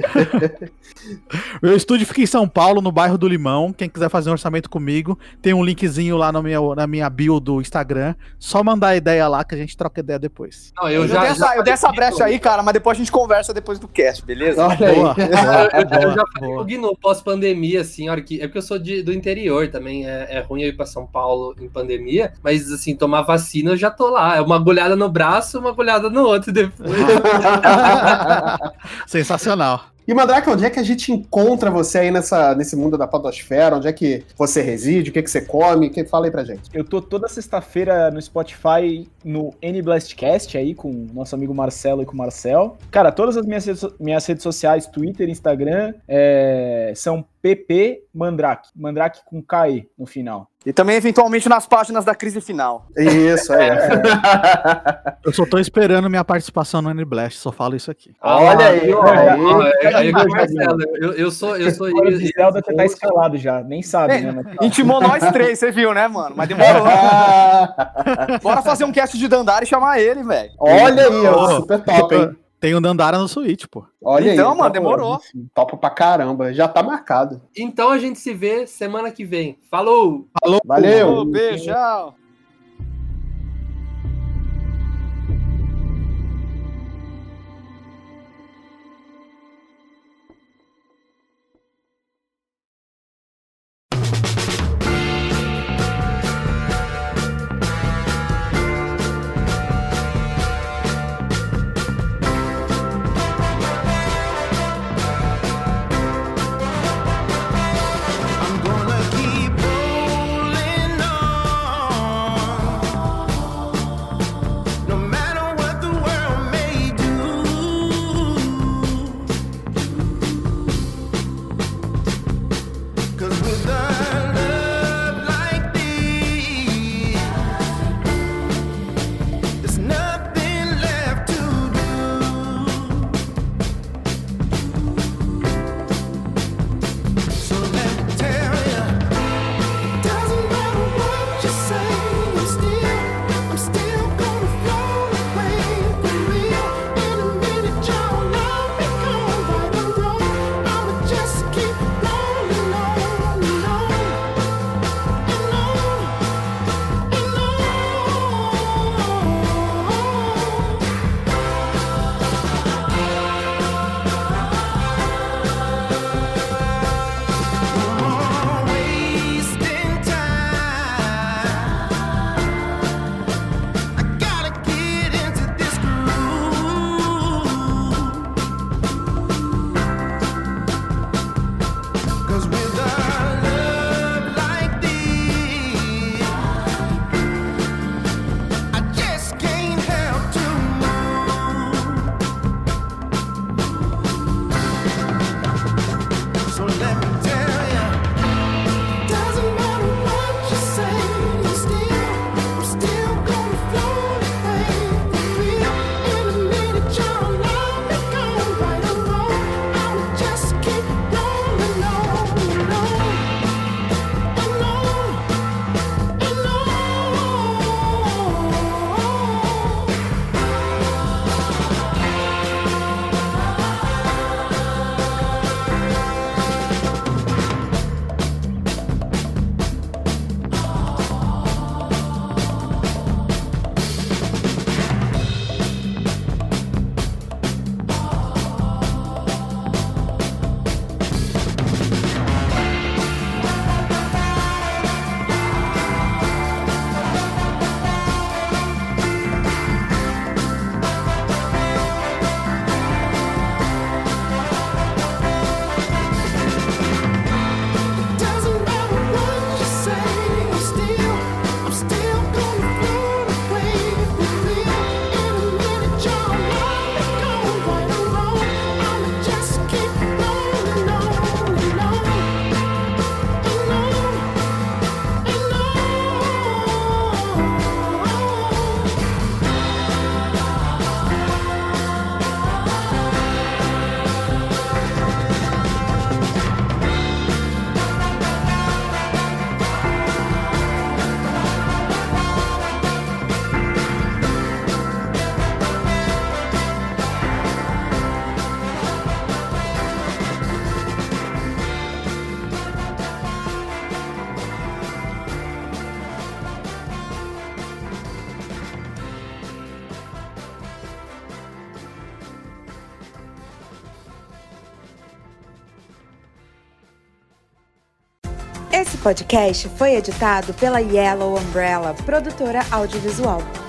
Meu estúdio fica em São Paulo, no bairro do Limão. Quem quiser fazer um orçamento comigo, tem um linkzinho lá na minha bio do Instagram. Só mandar a ideia lá que a gente troca ideia depois.
Não, eu dei essa brecha aí, cara, mas depois a gente conversa depois do cast, beleza?
Olha aí.
Eu já falei com o Gnu, pós-pandemia, assim, é porque eu sou do interior também, é ruim eu ir pra São Paulo em pandemia, mas assim, tomar vacina eu já tô lá. É uma agulhada no braço, uma agulhada no outro depois.
Sensacional.
E, Mandrake, onde é que a gente encontra você aí nesse mundo da podosfera? Onde é que você reside? O que você come? Fala aí pra gente.
Eu tô toda sexta-feira no Spotify, no N-Blastcast aí, com o nosso amigo Marcelo e com o Marcel. Cara, todas as minhas redes sociais, Twitter, Instagram, são PP Mandrake. Mandrake com KE no final.
E também, eventualmente, nas páginas da crise final.
Isso,
Eu só tô esperando minha participação no N-Blast, só falo isso aqui.
Olha aí,
eu sou
O Zelda tá escalado já, nem sabe, né?
Intimou nós 3, você viu, né, mano? Mas demorou. Bora fazer um cast de Dandara e chamar ele, velho.
Olha aí, super top, hein?
Tem o Dandara no Switch, pô.
Olha
então,
aí,
mano, demorou.
Topo pra caramba, já tá marcado.
Então a gente se vê semana que vem. Falou!
Valeu!
Beijo, tchau!
Esse podcast foi editado pela Yellow Umbrella, produtora audiovisual.